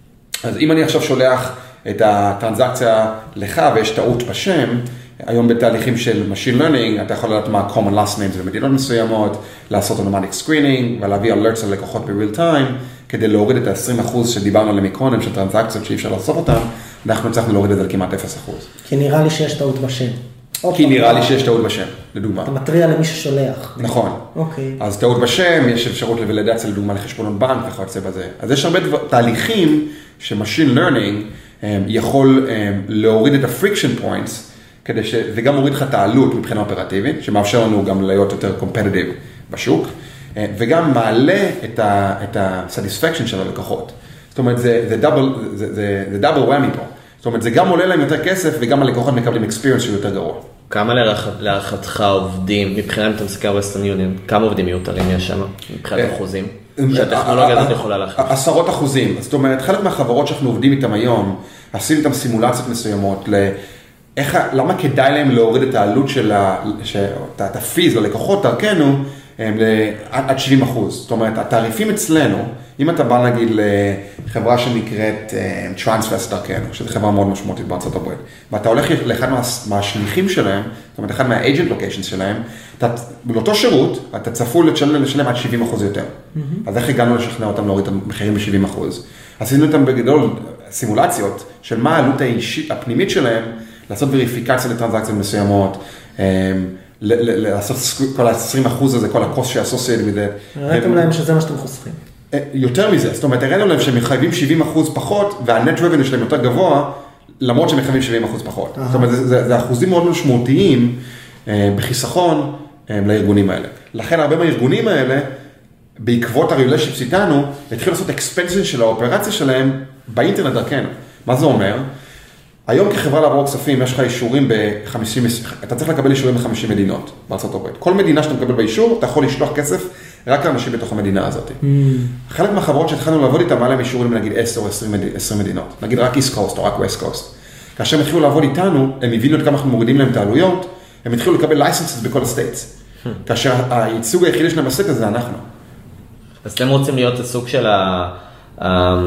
אז אם אני עכשיו שולח את הטרנזקציה לך ויש טעות בשם, היום בתהליכים של Machine Learning, אתה יכול לדעת מה common last names במדינות מסוימות, לעשות automatic screening ולהביא alerts ללקוחות ב-real time, כדי להוריד את ה-עשרים אחוז שדיברנו על המיקרונים של טרנזקציות שאי אפשר לעשות אותם, אנחנו צריכים להוריד את זה לכמעט אפס אחוז. כי נראה לי שיש טעות בשם. כי נראה לי שיש טעות בשם, לדוגמה. אתה מטריע למי ששולח. נכון. אוקיי. אז טעות בשם, יש אפשרות לולידציה לדוגמה לחשבונות בנק וכיוצא בזה. אז יש הרבה תהליכים ש-Machine Learning יכול להוריד את ה-friction points, כדי ש... וגם מוריד לך את העלות מבחינה אופרטיבית, שמאפשר לנו גם להיות יותר competitive בשוק, וגם מעלה את ה... את ה-satisfaction של הלקוחות. זאת אומרת, זה, זה double, זה, זה, זה double whammy פה. זאת אומרת, זה גם עולה להם יותר כסף, וגם הלקוחות מקבלים experience שהוא יותר גרוע. כמה להערכתך עובדים, מבחינת אתה מסתכל ווסטרן יוניון, כמה עובדים מיותרים יש שם, מבחינת אחוזים? שהטכנולוגיה הזאת יכולה להחליף. עשרות אחוזים. זאת אומרת, חלק מהחברות שאנחנו עובדים איתם היום, עשינו איתם סימולציות מסוימות ל... איך, למה כדאי להם להוריד את העלות של את הפיז ללקוחות דרכנו עד שבעים אחוז. זאת אומרת, התעריפים אצלנו, אם אתה בא נגיד לחברה שנקראת טרנספסט דרכנו, שזו חברה מאוד משמעותית בארצות הברית, ואתה הולך לאחד מהשליחים שלהם, זאת אומרת, אחד מה-agent locations שלהם, באותו שירות, אתה צפוי לשלם עד שבעים אחוז יותר. אז איך הגענו לשכנע אותם להוריד את המחירים ב-שבעים אחוז? עשינו אותם בגדול סימולציות של מה העלות הפנימית שלהם, לעשות וריפיקציה לטרנזקציות מסוימות, לעשות כל ה-עשרים אחוז הזה, כל הקוסט שה-associated with it. ראיתם להם שזה מה שאתם חוסכים. יותר מזה, זאת אומרת, הראינו להם שהם מחייבים שבעים אחוז פחות, וה-net revenue שלהם יותר גבוה, למרות שהם מחייבים שבעים אחוז פחות. זאת אומרת, זה אחוזים מאוד משמעותיים בחיסכון לארגונים האלה. לכן, הרבה מהארגונים האלה, בעקבות ה-relationships איתנו, התחילו לעשות expansion של האופרציה שלהם באינטרנט דרכנו. מה זה אומר? היום כחברה לעבור כספים, יש לך אישורים ב-חמישים, אתה צריך לקבל אישורים ב-חמישים מדינות בארצות הברית. כל מדינה שאתה מקבל באישור, אתה יכול לשלוח כסף רק לאנשים בתוך המדינה הזאת. Mm. חלק מהחברות שהתחלנו לעבוד איתם, היה להם אישורים נגיד עשר או עשרים מדינות. נגיד רק East Coast או רק West Coast. כאשר הם התחילו לעבוד איתנו, הם הבינו את כמה אנחנו מורידים להם את העלויות, הם התחילו לקבל licenses בכל הסטייטס. Hmm. כאשר הייצוג היחידי שלהם בסטייט הזה זה אנחנו. אז אתם רוצים להיות הסוג של ה...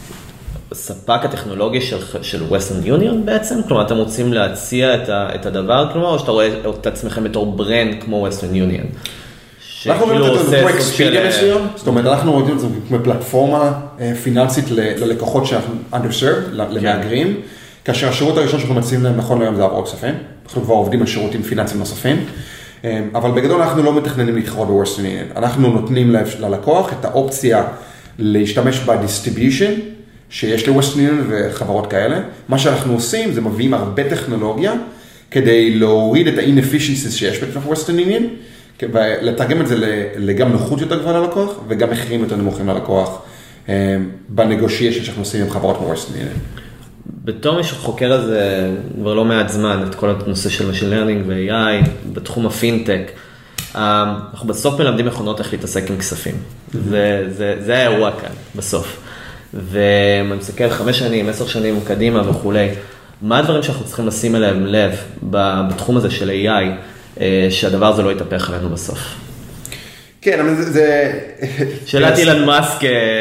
ספק הטכנולוגי של, של Western Union בעצם? כלומר, אתם רוצים להציע את, ה, את הדבר, כלומר, או שאתה רואה את עצמכם בתור ברנד כמו Western Union? אנחנו רואים את זה כמו אקספידיה מסוים, זאת אומרת, אנחנו רואים את זה כמו פלטפורמה פיננסית ללקוחות שאנחנו underserved, למאגרים, כאשר השירות הראשון שאנחנו מציעים להם נכון להיום זה העברות כספים, אנחנו כבר עובדים על שירותים פיננסיים נוספים, אבל בגדול אנחנו לא מתכננים להתחרות ב-Western Union, אנחנו נותנים ללקוח את האופציה להשתמש ב-distribution, שיש ל-Western Union וחברות כאלה. מה שאנחנו עושים זה מביאים הרבה טכנולוגיה כדי להוריד את ה-inefficiencies שיש בתוך Western Union, ולתרגם את זה לגם נוחות יותר גבוהה ללקוח, וגם מחירים יותר נמוכים ללקוח בנגושיישן שאנחנו עושים עם חברות כמו-Western Union. בתור מי שחוקר על זה כבר לא מעט זמן, את כל הנושא של Machine Learning ו-איי איי, בתחום הפינטק, אנחנו בסוף מלמדים מכונות איך להתעסק עם כספים. זה האירוע כאן, בסוף. ואני מסתכל חמש שנים, עשר שנים קדימה וכולי. מה הדברים שאנחנו צריכים לשים אליהם לב בתחום הזה של איי איי, שהדבר הזה לא יתהפך עלינו בסוף. כן, אבל זה... זה... שאלת אילן מאסק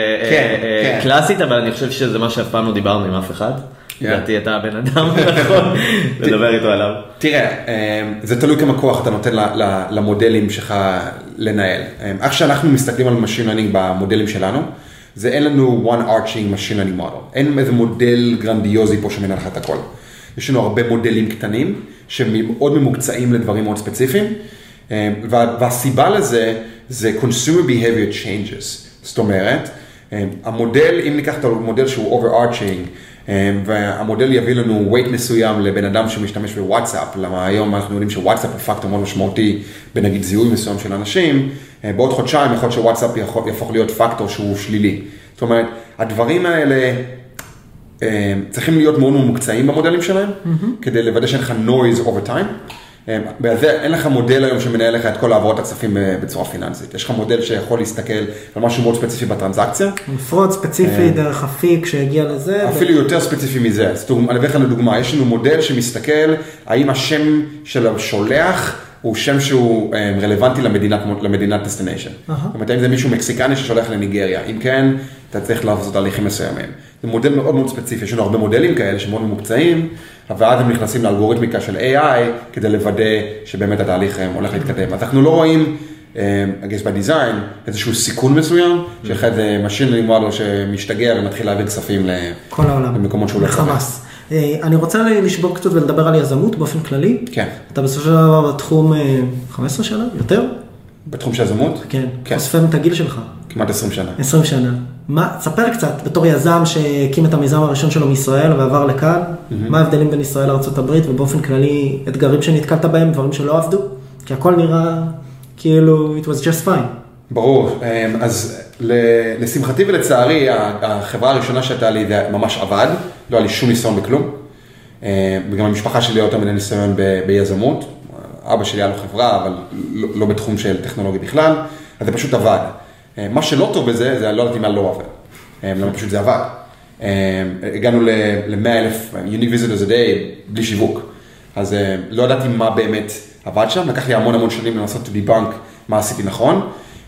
קלאסית, אבל אני חושב שזה מה שאף פעם לא דיברנו עם אף אחד. לדעתי אתה הבן אדם נכון לדבר איתו עליו. תראה, זה תלוי כמה כוח אתה נותן למודלים שלך לנהל. איך שאנחנו מסתכלים על Machine Learning במודלים שלנו, זה אין לנו one arching Machine Learning model. אין איזה מודל גרנדיוזי פה שמנהל לך את הכל. יש לנו הרבה מודלים קטנים, שמאוד ממוקצעים לדברים מאוד ספציפיים, והסיבה לזה, זה consumer behavior changes. זאת אומרת, המודל, אם ניקח את המודל שהוא overarching, והמודל יביא לנו weight מסוים לבן אדם שמשתמש בוואטסאפ, למה היום אנחנו יודעים שוואטסאפ הוא פקטור מאוד משמעותי בנגיד זיהוי מסוים של אנשים, בעוד חודשיים יכול להיות שוואטסאפ יהפוך להיות פקטור שהוא שלילי. זאת אומרת, הדברים האלה צריכים להיות מאוד מוקצעים במודלים שלהם, כדי לוודא שאין לך noise over time. אין לך מודל היום שמנהל לך את כל העברות הכספים בצורה פיננסית. יש לך מודל שיכול להסתכל על משהו מאוד ספציפי בטרנזקציה. מפרוט ספציפי דרך אפיק שהגיע לזה. אפילו יותר ספציפי מזה. אני אביא לך לדוגמה, יש לנו מודל שמסתכל האם השם של השולח הוא שם שהוא רלוונטי למדינת דסטיניישן. זאת אומרת, האם זה מישהו מקסיקני ששולח לניגריה. אם כן, אתה צריך לעשות תהליכים מסוימים. זה מודל מאוד מאוד ספציפי. יש לנו הרבה מודלים כאלה שמאוד ממוקצעים, ואז הם נכנסים לאלגוריתמיקה של איי איי כדי לוודא שבאמת התהליך הולך להתקדם. אז אנחנו לא רואים, I guess by design, איזשהו סיכון מסוים, שאחד זה Machine Learning model שמשתגע ומתחיל להעביר כספים למקומות שהוא לא חמאס. אני רוצה לשבור קצת ולדבר על יזמות באופן כללי. כן. אתה בסופו של דבר בתחום חמש עשרה שנה, יותר? בתחום של יזמות? כן. חושפים את הגיל שלך. כמעט עשרים שנה. עשרים שנה. מה, תספר קצת, בתור יזם שהקים את המיזם הראשון שלו מישראל ועבר לכאן, מה ההבדלים בין ישראל לארצות הברית, ובאופן כללי אתגרים שנתקלת בהם, דברים שלא עבדו? כי הכל נראה כאילו, it was just fine. ברור. אז לשמחתי ולצערי, החברה הראשונה שהייתה לי ממש עבד, לא היה לי שום ניסיון בכלום. וגם המשפחה שלי יותר מדי ניסיון ביזמות. אבא שלי היה לו חברה, אבל לא בתחום של טכנולוגיה בכלל, אז זה פשוט עבד. מה שלא טוב בזה, זה לא יודעת אם לא עבד. למה פשוט זה עבד. הגענו ל-מאה אלף unique visitors a day בלי שיווק. אז לא ידעתי מה באמת עבד שם, לקח לי המון המון שנים לנסות to debunk מה עשיתי נכון.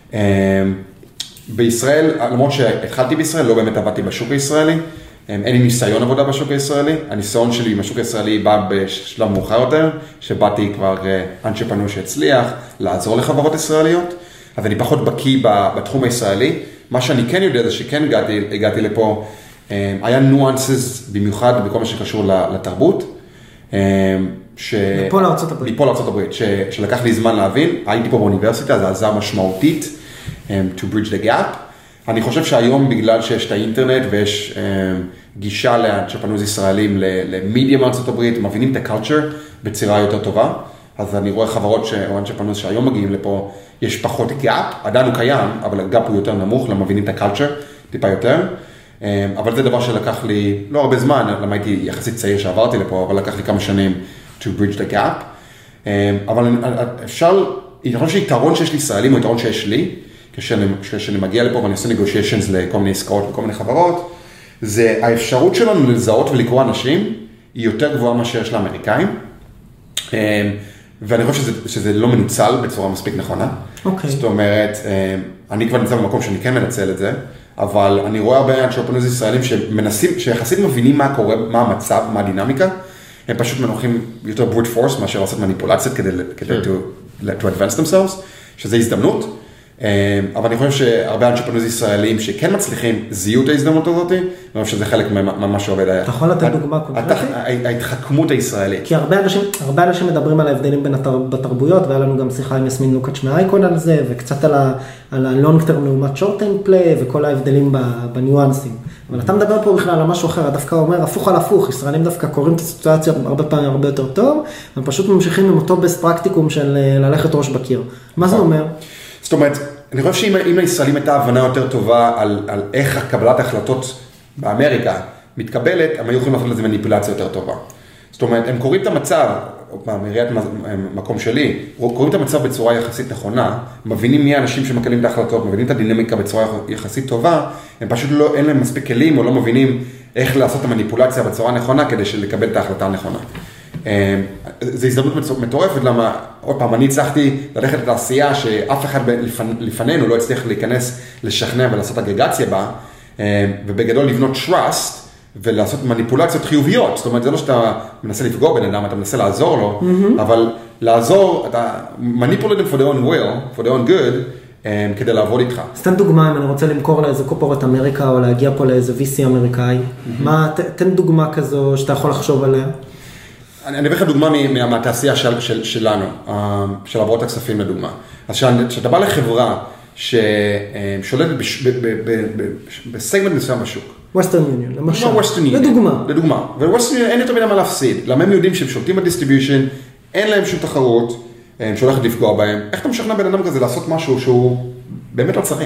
בישראל, למרות שהתחלתי בישראל, לא באמת עבדתי בשוק הישראלי. אין לי ניסיון עבודה בשוק הישראלי. הניסיון שלי עם השוק הישראלי בא בשלב מאוחר יותר, שבאתי כבר אנטרפרנור שהצליח לעזור לחברות ישראליות. אז אני פחות בקיא בתחום הישראלי. מה שאני כן יודע זה שכן הגעתי, הגעתי לפה, היה ניואנסס במיוחד בכל מה שקשור לתרבות. ש... לפה לארצות הברית. לפה לארצות הברית, ש... שלקח לי זמן להבין. הייתי פה באוניברסיטה, זה עזר משמעותית, to bridge the gap. אני חושב שהיום בגלל שיש את האינטרנט ויש גישה לאנטרפרנורס ישראלים למדיה מארצות הברית, מבינים את ה-culture בצורה יותר טובה. אז אני רואה חברות או אנטרפרנורס שהיום מגיעים לפה, יש פחות gap, עדיין הוא קיים, אבל ה-gap הוא יותר נמוך, לא מבינים את ה-culture טיפה יותר. אבל זה דבר שלקח לי לא הרבה זמן, למה הייתי יחסית צעיר שעברתי לפה, אבל לקח לי כמה שנים to bridge the gap. אבל אפשר, אני חושב שיתרון שיש לי ישראלים הוא יתרון שיש לי, כשאני, כשאני מגיע לפה ואני עושה negotiations לכל מיני עסקאות וכל מיני חברות, זה האפשרות שלנו לזהות ולקרוא אנשים היא יותר גבוהה מאשר של האמריקאים. ואני חושב שזה, שזה לא מנוצל בצורה מספיק נכונה. אוקיי. זאת אומרת, אני כבר נמצא במקום שאני כן מנצל את זה, אבל אני רואה הרבה אנטרפרנורס ישראלים שמנסים, שיחסית מבינים מה קורה, מה המצב, מה הדינמיקה, הם פשוט מנוחים יותר brute force מאשר לעשות מניפולציות כדי, כדי to, to advance themselves, שזה הזדמנות. אבל אני חושב שהרבה אנטרפרנורס ישראלים שכן מצליחים זיהו את ההזדמנות הזאת, אני חושב שזה חלק ממה שעובד היה. אתה יכול לתת דוגמה קונקרטית? ההתחכמות הישראלית. כי הרבה אנשים, הרבה אנשים מדברים על ההבדלים בין בתרבויות, והיה לנו גם שיחה עם יסמין לוקאץ' מאייקון על זה, וקצת על ה-long term לעומת short term play, וכל ההבדלים בניואנסים. אבל אתה מדבר פה בכלל על משהו אחר, דווקא אומר הפוך על הפוך, ישראלים דווקא קוראים את הסיטואציה הרבה פעמים הרבה יותר טוב, והם פשוט ממשיכים עם אותו best practicum של ללכת ראש בקיר. מה זה אומר? זאת אומרת, אני חושב שאם הישראלים הייתה הבנה יותר טובה על, על איך קבלת ההחלטות באמריקה מתקבלת, הם היו יכולים לעשות לזה מניפולציה יותר טובה. זאת אומרת, הם קוראים את המצב, בעיריית מקום שלי, קוראים את המצב בצורה יחסית נכונה, מבינים מי האנשים שמקבלים את ההחלטות, מבינים את הדינמיקה בצורה יחסית טובה, הם פשוט לא, אין להם מספיק כלים או לא מבינים איך לעשות את המניפולציה בצורה נכונה כדי לקבל את ההחלטה הנכונה. זו הזדמנות מטורפת, למה, עוד פעם, אני הצלחתי ללכת לתעשייה שאף אחד לפנינו לא הצליח להיכנס, לשכנע ולעשות אגרגציה בה, ובגדול לבנות trust, ולעשות מניפולציות חיוביות. זאת אומרת, זה לא שאתה מנסה לפגוע בן אדם, אתה מנסה לעזור לו, אבל לעזור, אתה manipulate them for their own will, for their own good, כדי לעבוד איתך. סתם דוגמה, אם אני רוצה למכור לאיזה קורפורט אמריקה, או להגיע פה לאיזה וי סי אמריקאי, מה, תן דוגמה כזו שאתה יכול לחשוב עליה. אני אביא לך דוגמה מהתעשייה שלנו, של העברות הכספים לדוגמה. אז כשאתה בא לחברה ששולטת בסגמנט מסוים בשוק, ווסטרן יוניון, למשל. לדוגמה. לדוגמה. וווסטרן יוניון אין יותר מידה מה להפסיד. למה הם יודעים שהם שולטים בדיסטריביושן, אין להם שום תחרות, הם שהולכת לפגוע בהם. איך אתה משכנע בן אדם כזה לעשות משהו שהוא באמת לא צריך?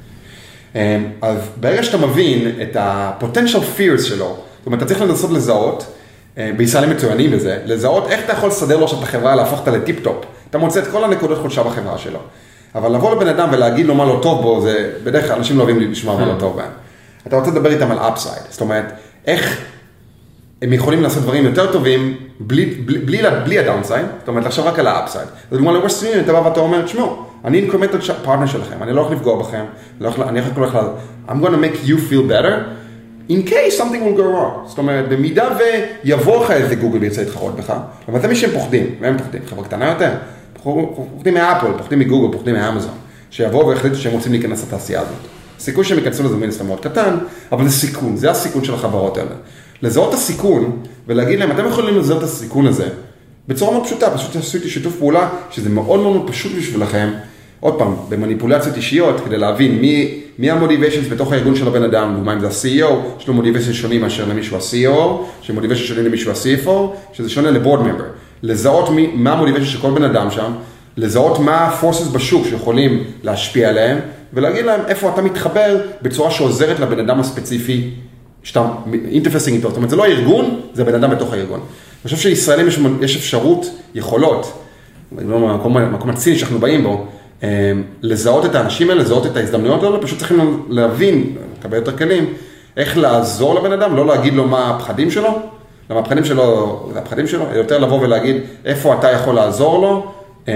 אז ברגע שאתה מבין את ה-potential fears שלו, זאת אומרת, אתה צריך לנסות לזהות, בישראלים מצוינים בזה, לזהות איך אתה יכול לסדר לו עכשיו את החברה, להפוך אותה לטיפ-טופ. אתה מוצא את כל הנקודות חולשה בחברה שלו. אבל לבוא לבן אדם ולהגיד לו מה לא טוב בו, זה בדרך כלל אנשים לא אוהבים לשמוע מה לא טוב בהם. אתה רוצה לדבר איתם על אפסייד, זאת אומרת, איך הם יכולים לעשות דברים יותר טובים בלי, בלי, בלי, בלי הדאונסייד, זאת אומרת, עכשיו רק על האפסייד. זאת אומרת, לווסטרן יוניון, אתה בא ואתה אומר, תשמעו, אני אינקרמנטל פרטנר שלכם, אני לא הולך לפגוע בכם, אני הולך ל... I'm going to make you feel better, in case something will go wrong. זאת אומרת, במידה ויבוא לך איזה גוגל וירצה להתחרות בך, אבל זה מי שהם פוחדים, והם פוחדים, חברה קטנה יותר, פוחדים מאפל, פוחדים מגוגל, פוחדים מאמזון, שיבואו והחליטו שהם רוצים להיכנס לתעשייה הזאת. סיכוי שהם ייכנסו לזה מינסטר מאוד קטן, אבל זה סיכון, זה הסיכון של החברות האלה. לזהות את הסיכון, ולהגיד להם, אתם יכולים לזהות את הסיכון הזה, בצורה מאוד פשוטה, פשוט תעשו איתי שיתוף פעולה, שזה מאוד מאוד פשוט בשבילכם, עוד פעם, במניפולציות אישיות, כדי להבין מי, מי המוטיביישנס בתוך הארגון של הבן אדם, ומה אם זה ה-סי אי או, יש לו מוטיביישן שונים מאשר למישהו ה-סי אי או, שמוטיביישן שונים למישהו ה-סי אף או, שזה שונה לבורד ממבר. לזהות מי, מה המוטיביישן של כל בן אדם שם, לזהות מה הפורסס בשוק שיכולים להשפיע עליהם, ולהגיד להם איפה אתה מתחבר בצורה שעוזרת לבן אדם הספציפי, שאתה אינטרפסינג איתו. זאת אומרת, זה לא הארגון, זה הבן אדם בתוך הארגון. אני חושב שישראלים יש, יש אפשרות, יכולות, במקום הציני שאנחנו באים בו, לזהות את האנשים האלה, לזהות את ההזדמנויות האלה, פשוט צריכים להבין, לקבל יותר כלים, איך לעזור לבן אדם, לא להגיד לו מה הפחדים שלו, למה הפחדים שלו, זה הפחדים שלו, יותר לבוא ולהגיד איפה אתה יכול לעזור לו,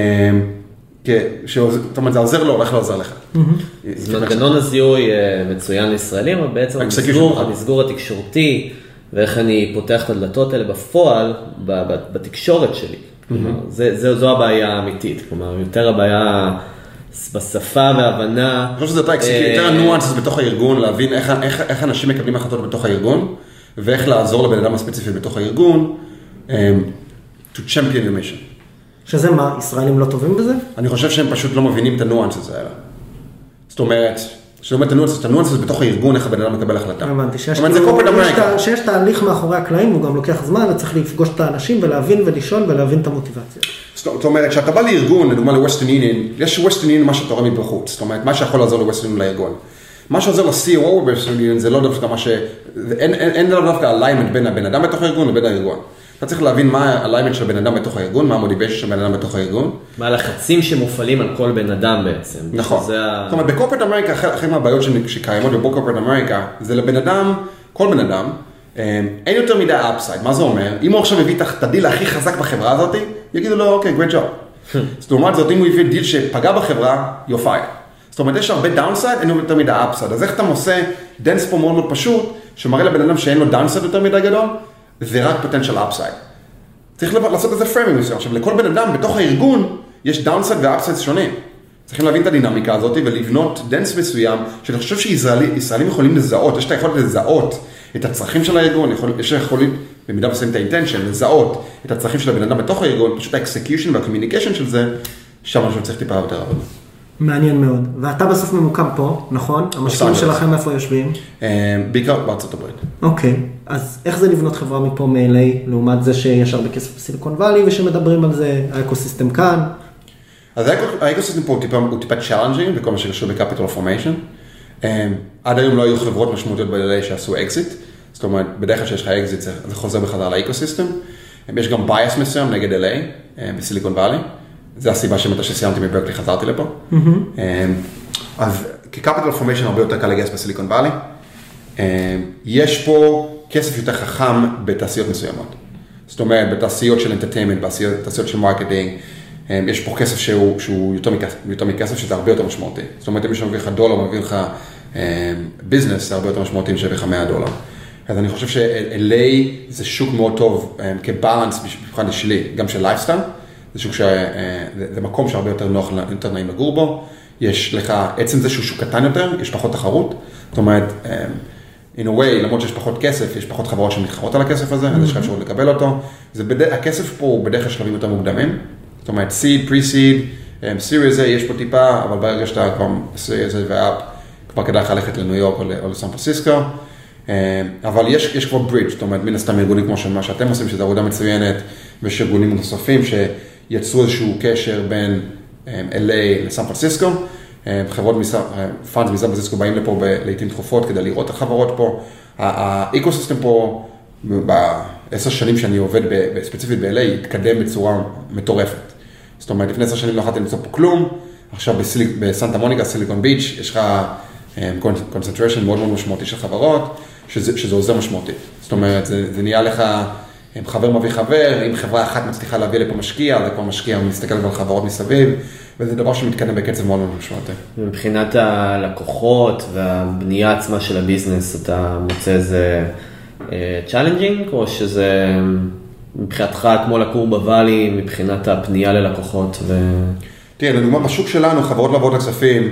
זאת אומרת, זה עוזר לו, איך לא עוזר לך. מנגנון הזיהוי מצוין לישראלים, אבל בעצם המסגור התקשורתי, ואיך אני פותח את הדלתות האלה בפועל, בתקשורת שלי. זו הבעיה האמיתית, כלומר, יותר הבעיה בשפה והבנה. אני חושב שזה יותר הניואנסס בתוך הארגון, להבין איך אנשים מקבלים החלטות בתוך הארגון, ואיך לעזור לבן אדם הספציפי בתוך הארגון, to champion your mission. שזה מה, ישראלים לא טובים בזה? אני חושב שהם פשוט לא מבינים את הניואנסס האלה. זאת אומרת, זאת אומרת, את הניואנסס בתוך הארגון, איך הבן אדם מקבל החלטה. הבנתי, שיש תהליך מאחורי הקלעים, הוא גם לוקח זמן, וצריך לפגוש את האנשים ולהבין ולשאול ולהבין את המוטיבציה. זאת אומרת, כשאתה בא לארגון, לדוגמה לווסטרן יוניון, יש ווסטרן יוניון מה שתורם מבחוץ. זאת אומרת, מה שיכול לעזור לווסטרן יוניון לארגון. מה שעוזר ל-סי אי או בווסטרן יוניון זה לא דווקא מה ש... אין דווקא alignment בין הבן אדם בתוך הארגון לבין הארגון. אתה צריך להבין מה ה-alignment של בן אדם בתוך הארגון, מה המוטיביישן של בן אדם בתוך הארגון. מה הלחצים שמופעלים על כל בן אדם בעצם. נכון. זאת אומרת, בקורפרט אמריקה, אחרי מהבעיות שקיימות בקורפרט אמריקה, זה לבן אדם, כל בן אדם, אין יותר מדי אפסייד. מה זה אומר? אם הוא עכשיו הביא את הדיל הכי חזק בחברה הזאת, יגידו לו, אוקיי, great job. זאת אומרת, זאת אם הוא הביא דיל שפגע בחברה, you're fired. זאת אומרת, יש הרבה דאונסייד, אין יותר מדי אפסייד. אז איך אתה עושה דנס פה מאוד מאוד פשוט, שמראה לבן אדם שאין לו דאונסייד יותר מדי גדול, זה רק potential upside. צריך לעשות איזה framing מסוים. עכשיו, לכל בן אדם בתוך הארגון יש downside ו-upside שונים. צריכים להבין את הדינמיקה הזאת ולבנות דנס מסוים, שאני חושב שישראלים יכולים לזהות, יש את היכולת לזהות את הצרכים של הארגון, יש יכולת, במידה מסוים את ה-intention, לזהות את הצרכים של הבן אדם בתוך הארגון, פשוט ה-execution וה-communication של זה, שם אני צריך טיפה יותר עבודה. מעניין מאוד. ואתה בסוף ממוקם פה, נכון? המשקיעים שלכם איפה יושבים? בעיקר בארצות הברית. אוקיי. אז איך זה לבנות חברה מפה מ-אל איי, לעומת זה שיש הרבה כסף בסיליקון ואלי, ושמדברים על זה, האקוסיסטם כאן? אז האקוסיסטם פה הוא טיפה צ'אלנג'ינג, בכל מה שקשור בקפיטל פורמיישן. עד היום לא היו חברות משמעותיות ב-אל איי שעשו אקזיט. זאת אומרת, בדרך כלל שיש לך אקזיט, זה חוזר בחזרה לאקוסיסטם. יש גם בייס מסוים נגד אל איי בסיליקון ואלי. זה הסיבה שמתי שסיימתי מברקלי חזרתי לפה. אז כקפיטל פורמיישן הרבה יותר קל לגייס בסיליקון ואלי. יש פה כסף יותר חכם בתעשיות מסוימות. זאת אומרת, בתעשיות של entertainment, בתעשיות של marketing, יש פה כסף שהוא, שהוא יותר מכסף, יותר מכסף, שזה הרבה יותר משמעותי. זאת אומרת, אם מישהו מביא לך דולר, מביא לך ביזנס, זה הרבה יותר משמעותי משווה לך מאה דולר. אז אני חושב ש-אל איי זה שוק מאוד טוב כבאלנס, במיוחד שלי, גם של לייפסטייל. זה שוק ש... זה מקום שהרבה יותר נוח, יותר נעים לגור בו. יש לך, עצם זה שהוא שוק קטן יותר, יש פחות תחרות. זאת אומרת, in a way, למרות שיש פחות כסף, יש פחות חברות שמתחרות על הכסף הזה, אז יש לך אפשרות לקבל אותו. זה בד... הכסף פה הוא בדרך כלל שלבים יותר מוקדמים. זאת אומרת, seed, pre-seed, series A, יש פה טיפה, אבל ברגע שאתה כבר series A ואפ, כבר כדאי לך ללכת לניו יורק או לסן פרנסיסקו. אבל יש, יש כבר bridge, זאת אומרת, מן הסתם ארגונים כמו שמה שאתם עושים, שזו עבודה מצוינת, ויש ארגונים נוספים שיצרו איזשהו קשר בין אל איי לסן פרנסיסקו. חברות פאנדס מסן פרנסיסקו באים לפה לעתים תכופות כדי לראות את החברות פה. האקוסיסטם פה, בעשר שנים שאני עובד ספציפית ב-אל איי, התקדם בצורה מטורפת. זאת אומרת, לפני עשר שנים לא יכולתי למצוא פה כלום, עכשיו בסנטה מוניקה, סיליקון ביץ', יש לך concentration מאוד מאוד משמעותי של חברות, שזה, שזה עוזר משמעותי. זאת אומרת, זה, זה נהיה לך, חבר מביא חבר, אם חברה אחת מצליחה להביא לפה משקיע, זה כבר משקיע, מסתכל על חברות מסביב, וזה דבר שמתקדם בקצב מאוד מאוד משמעותי. מבחינת הלקוחות והבנייה עצמה של הביזנס, אתה מוצא איזה צ'אלנג'ינג, או שזה מבחינתך כמו לקור בוואלי, מבחינת הפנייה ללקוחות? ו... תראה, לדוגמה, בשוק שלנו, חברות לעבוד לכספים,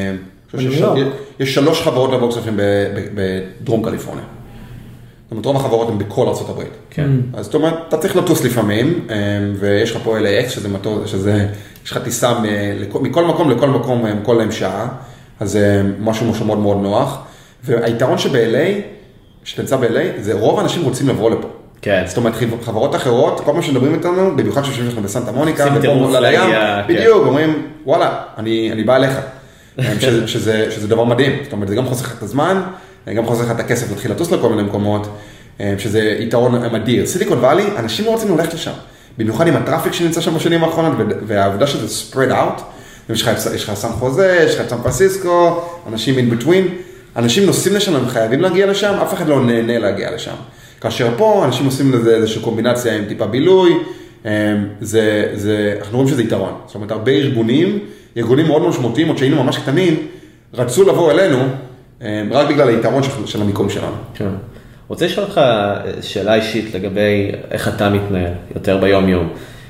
יש שלוש חברות לעבוד כספים בדרום קליפורניה. זאת אומרת, רוב החברות הן בכל ארצות הברית. כן. אז זאת אומרת, אתה צריך לטוס לפעמים, ויש לך פה אל איי אקס, שזה מטור, שזה, יש לך טיסה מכל מקום לכל מקום, כל להם שעה, אז זה משהו משהו מאוד מאוד נוח. והיתרון שב-אל איי, שתמצא ב-אל איי, זה רוב האנשים רוצים לבוא לפה. כן. זאת אומרת, חברות אחרות, כל מה שמדברים איתנו, במיוחד שיושבים לכם בסנטה מוניקה, בדיוק, אומרים, וואלה, אני בא אליך. שזה, שזה, שזה דבר מדהים, זאת אומרת, זה גם חוסך את הזמן, גם חוסך את הכסף להתחיל לטוס לכל מיני מקומות, שזה יתרון מדהיר. סיליקון ואלי, אנשים לא רוצים ללכת לשם, במיוחד עם הטראפיק שנמצא שם בשנים האחרונות, והעבודה שזה spread out, יש לך סן חוזה, יש לך סן פרנסיסקו, אנשים in between, אנשים נוסעים לשם, הם חייבים להגיע לשם, אף אחד לא נהנה להגיע לשם. כאשר פה, אנשים עושים לזה איזושהי קומבינציה עם טיפה בילוי, זה, זה, אנחנו רואים שזה יתרון. זאת אומרת, הרבה ארגונים, ארגונים מאוד משמעותיים, עוד שהיינו ממש קטנים, רצו לבוא אלינו, רק בגלל היתרון של, של המיקום שלנו. כן. רוצה לשאול לך שאלה אישית לגבי איך אתה מתנהל יותר ביום יום.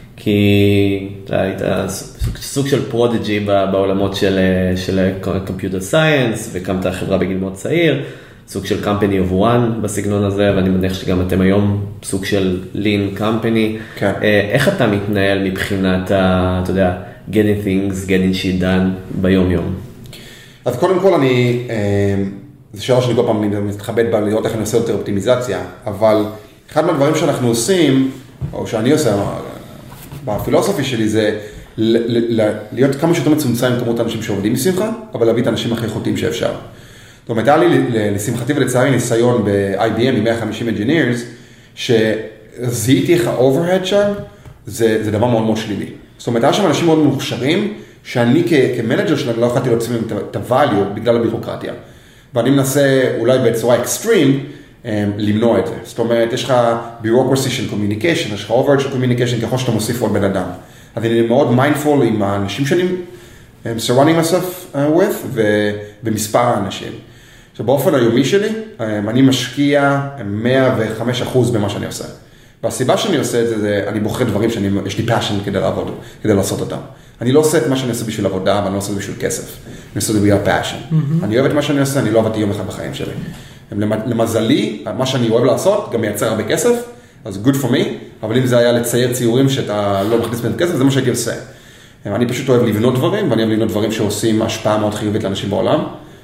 כי אתה היית סוג של פרודג'י בעולמות של, של Computer Science, והקמת חברה בגיל מאוד צעיר, סוג של Company of One בסגנון הזה, ואני מניח שגם אתם היום סוג של Lean Company. כן. איך אתה מתנהל מבחינת, אתה יודע, getting things, getting shit done ביום יום? אז קודם כל אני, זו שאלה שאני כל פעם מתחבט בה לראות איך אני עושה יותר אופטימיזציה, אבל אחד מהדברים שאנחנו עושים, או שאני עושה, בפילוסופי שלי זה להיות כמה שיותר מצומצם עם כמות האנשים שעובדים מסביבך, אבל להביא את האנשים הכי איכותיים שאפשר. זאת אומרת, היה לי לשמחתי ולצערי ניסיון ב-איי בי אם עם מאה וחמישים engineers, שזיהיתי איך ה-overhead שם, זה, זה דבר מאוד מאוד שלילי. זאת אומרת, היה שם אנשים מאוד מוכשרים, שאני כמנג'ר שלהם לא יכולתי להוציא מהם את ה-value בגלל הבירוקרטיה. ואני מנסה אולי בצורה אקסטרים, למנוע את זה. זאת אומרת, יש לך bureaucracy של communication, יש לך overhead של communication, ככל שאתה מוסיף עוד בן אדם. אז אני מאוד mindful עם האנשים שאני surrounding myself with, ובמספר האנשים. עכשיו, באופן היומי שלי, אני משקיע מאה וחמישה אחוז במה שאני עושה. והסיבה שאני עושה את זה, זה אני בוחר דברים שיש לי passion כדי לעבוד, כדי לעשות אותם. אני לא עושה את מה שאני עושה בשביל עבודה, ואני לא עושה את זה בשביל כסף. אני עושה את זה בגלל passion. אני אוהב את מה שאני עושה, אני לא עבדתי יום אחד בחיים שלי. למזלי, מה שאני אוהב לעשות, גם מייצר הרבה כסף, אז good for me, אבל אם זה היה לצייר ציורים שאתה לא מכניס בהם כסף, זה מה שהייתי עושה. אני פשוט אוהב לבנות דברים, ואני אוהב לבנות דברים שעושים השפעה מאוד חיובית לאנשים בעולם,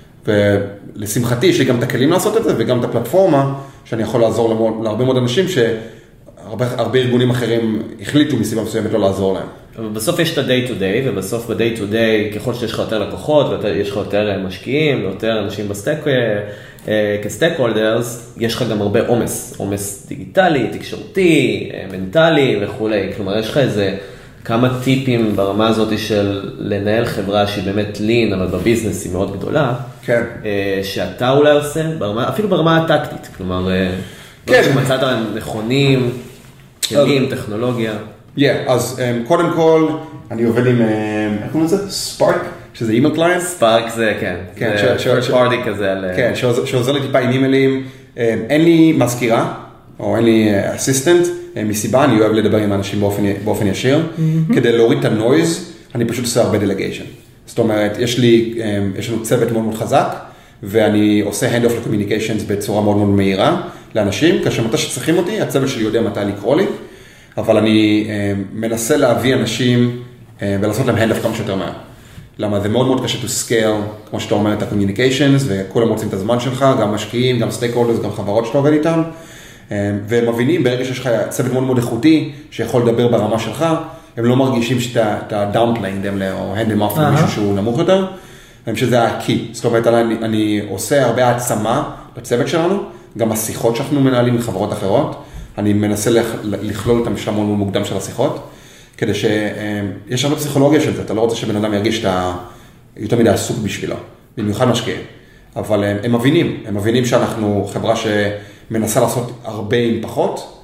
ולשמחתי יש לי גם את הכלים לעשות את זה, וגם את הפלטפורמה, שאני יכול לעזור להרבה מאוד אנשים, שהרבה ארגונים אחרים החליטו מסיבה מסוימת לא לעזור להם. אבל בסוף יש את ה-day to day, ובסוף ב-day to day, ככל שיש לך יותר לקוחות, ויש לך יותר משקיעים, ויותר אנשים בסטק, כסטק הולדרס, יש לך גם הרבה עומס, עומס דיגיטלי, תקשורתי, מנטלי וכולי. כלומר, יש לך איזה כמה טיפים ברמה הזאת של לנהל חברה שהיא באמת lean, אבל בביזנס היא מאוד גדולה, כן. שאתה אולי עושה, ברמה, אפילו ברמה הטקטית, כלומר, כן. שמצאת הנכונים. כלים, טכנולוגיה. Yeah, אז um, קודם כל, אני עובד עם, um, איך קוראים לזה? ספארק, שזה אימייל קליינט. ספארק זה, כן. כן, זה ש- first ש- party כזה על... כן, שעוזר, שעוזר לי טיפה עם אימיילים. Um, אין לי מזכירה, או אין לי אסיסטנט, uh, מסיבה, אני אוהב לדבר עם אנשים באופן, באופן ישיר. Mm-hmm. כדי להוריד את הנויז, אני פשוט עושה הרבה דלגיישן. זאת אומרת, יש לי, um, יש לנו צוות מאוד מאוד חזק, ואני עושה hand-off ל-communications בצורה מאוד מאוד מהירה לאנשים, כאשר מתי שצריכים אותי, הצוות שלי יודע מתי לקרוא לי, אבל אני אה, מנסה להביא אנשים אה, ולעשות להם hand-off כמה שיותר מהר. למה זה מאוד מאוד קשה to scale, כמו שאתה אומר, את ה-communications, וכולם רוצים את הזמן שלך, גם משקיעים, גם stakeholders, גם חברות שאתה עובד איתם, אה, והם מבינים, ברגע שיש לך צוות מאוד מאוד איכותי, שיכול לדבר ברמה שלך, הם לא מרגישים שאתה downplaying them, או hand them off למישהו שהוא נמוך יותר, שזה ה-key. זאת אומרת, אני, אני עושה הרבה העצמה בצוות שלנו, גם השיחות שאנחנו מנהלים מחברות אחרות, אני מנסה לכלול את המשלם מאוד מוקדם של השיחות, כדי שיש הרבה פסיכולוגיה של זה, אתה לא רוצה שבן אדם ירגיש שאתה יותר מדי עסוק בשבילו, במיוחד משקיעים, אבל הם, הם מבינים, הם מבינים שאנחנו חברה שמנסה לעשות הרבה עם פחות,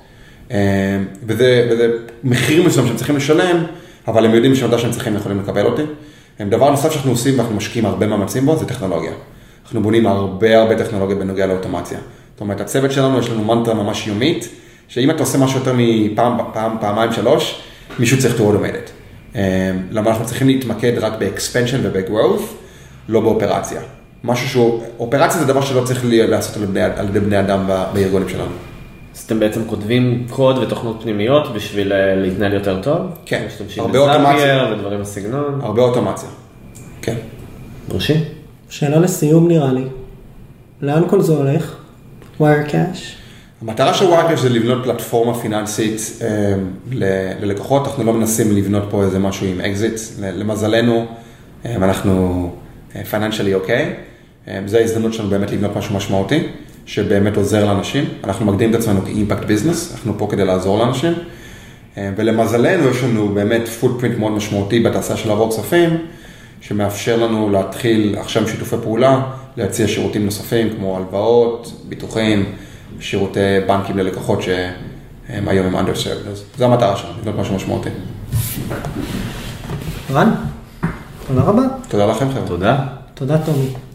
וזה, וזה מחירים מסוים שהם צריכים לשלם, אבל הם יודעים שמדע שהם צריכים יכולים לקבל אותי. דבר נוסף שאנחנו עושים ואנחנו משקיעים הרבה מאמצים בו, זה טכנולוגיה. אנחנו בונים הרבה הרבה טכנולוגיה בנוגע לאוטומציה. זאת אומרת, הצוות שלנו, יש לנו מנטרה ממש יומית, שאם אתה עושה משהו יותר מפעם, פעם, פעמיים, שלוש, מישהו צריך to automate it. למה אנחנו צריכים להתמקד רק ב-expansion וב-growth, לא באופרציה. משהו שהוא, אופרציה זה דבר שלא צריך לעשות על, בני, על ידי בני אדם בארגונים שלנו. אז אתם בעצם כותבים קוד ותוכנות פנימיות בשביל להתנהל יותר טוב? כן, הרבה אוטומציה. ודברים בסגנון? הרבה אוטומציה, כן. ברשי? שאלה לסיום נראה לי. לאן כל זה הולך? Wirecash? המטרה של Wirecash זה לבנות פלטפורמה פיננסית אה, ללקוחות, אנחנו לא מנסים לבנות פה איזה משהו עם אקזיט, למזלנו, אה, אנחנו financially okay, אה, זו ההזדמנות שלנו באמת לבנות משהו משמעותי, שבאמת עוזר לאנשים, אנחנו מגדירים את עצמנו כאימפקט ביזנס, אנחנו פה כדי לעזור לאנשים, אה, ולמזלנו יש לנו באמת פוטפרינט מאוד משמעותי בתעשייה של לעבור כספים, שמאפשר לנו להתחיל עכשיו עם שיתופי פעולה, להציע שירותים נוספים כמו הלוואות, ביטוחים, שירותי בנקים ללקוחות שהם היום הם underserved. אז זו המטרה שלנו, לבנות משהו משמעותי. רן, תודה רבה. תודה לכם חבר'ה. תודה. תודה תומי.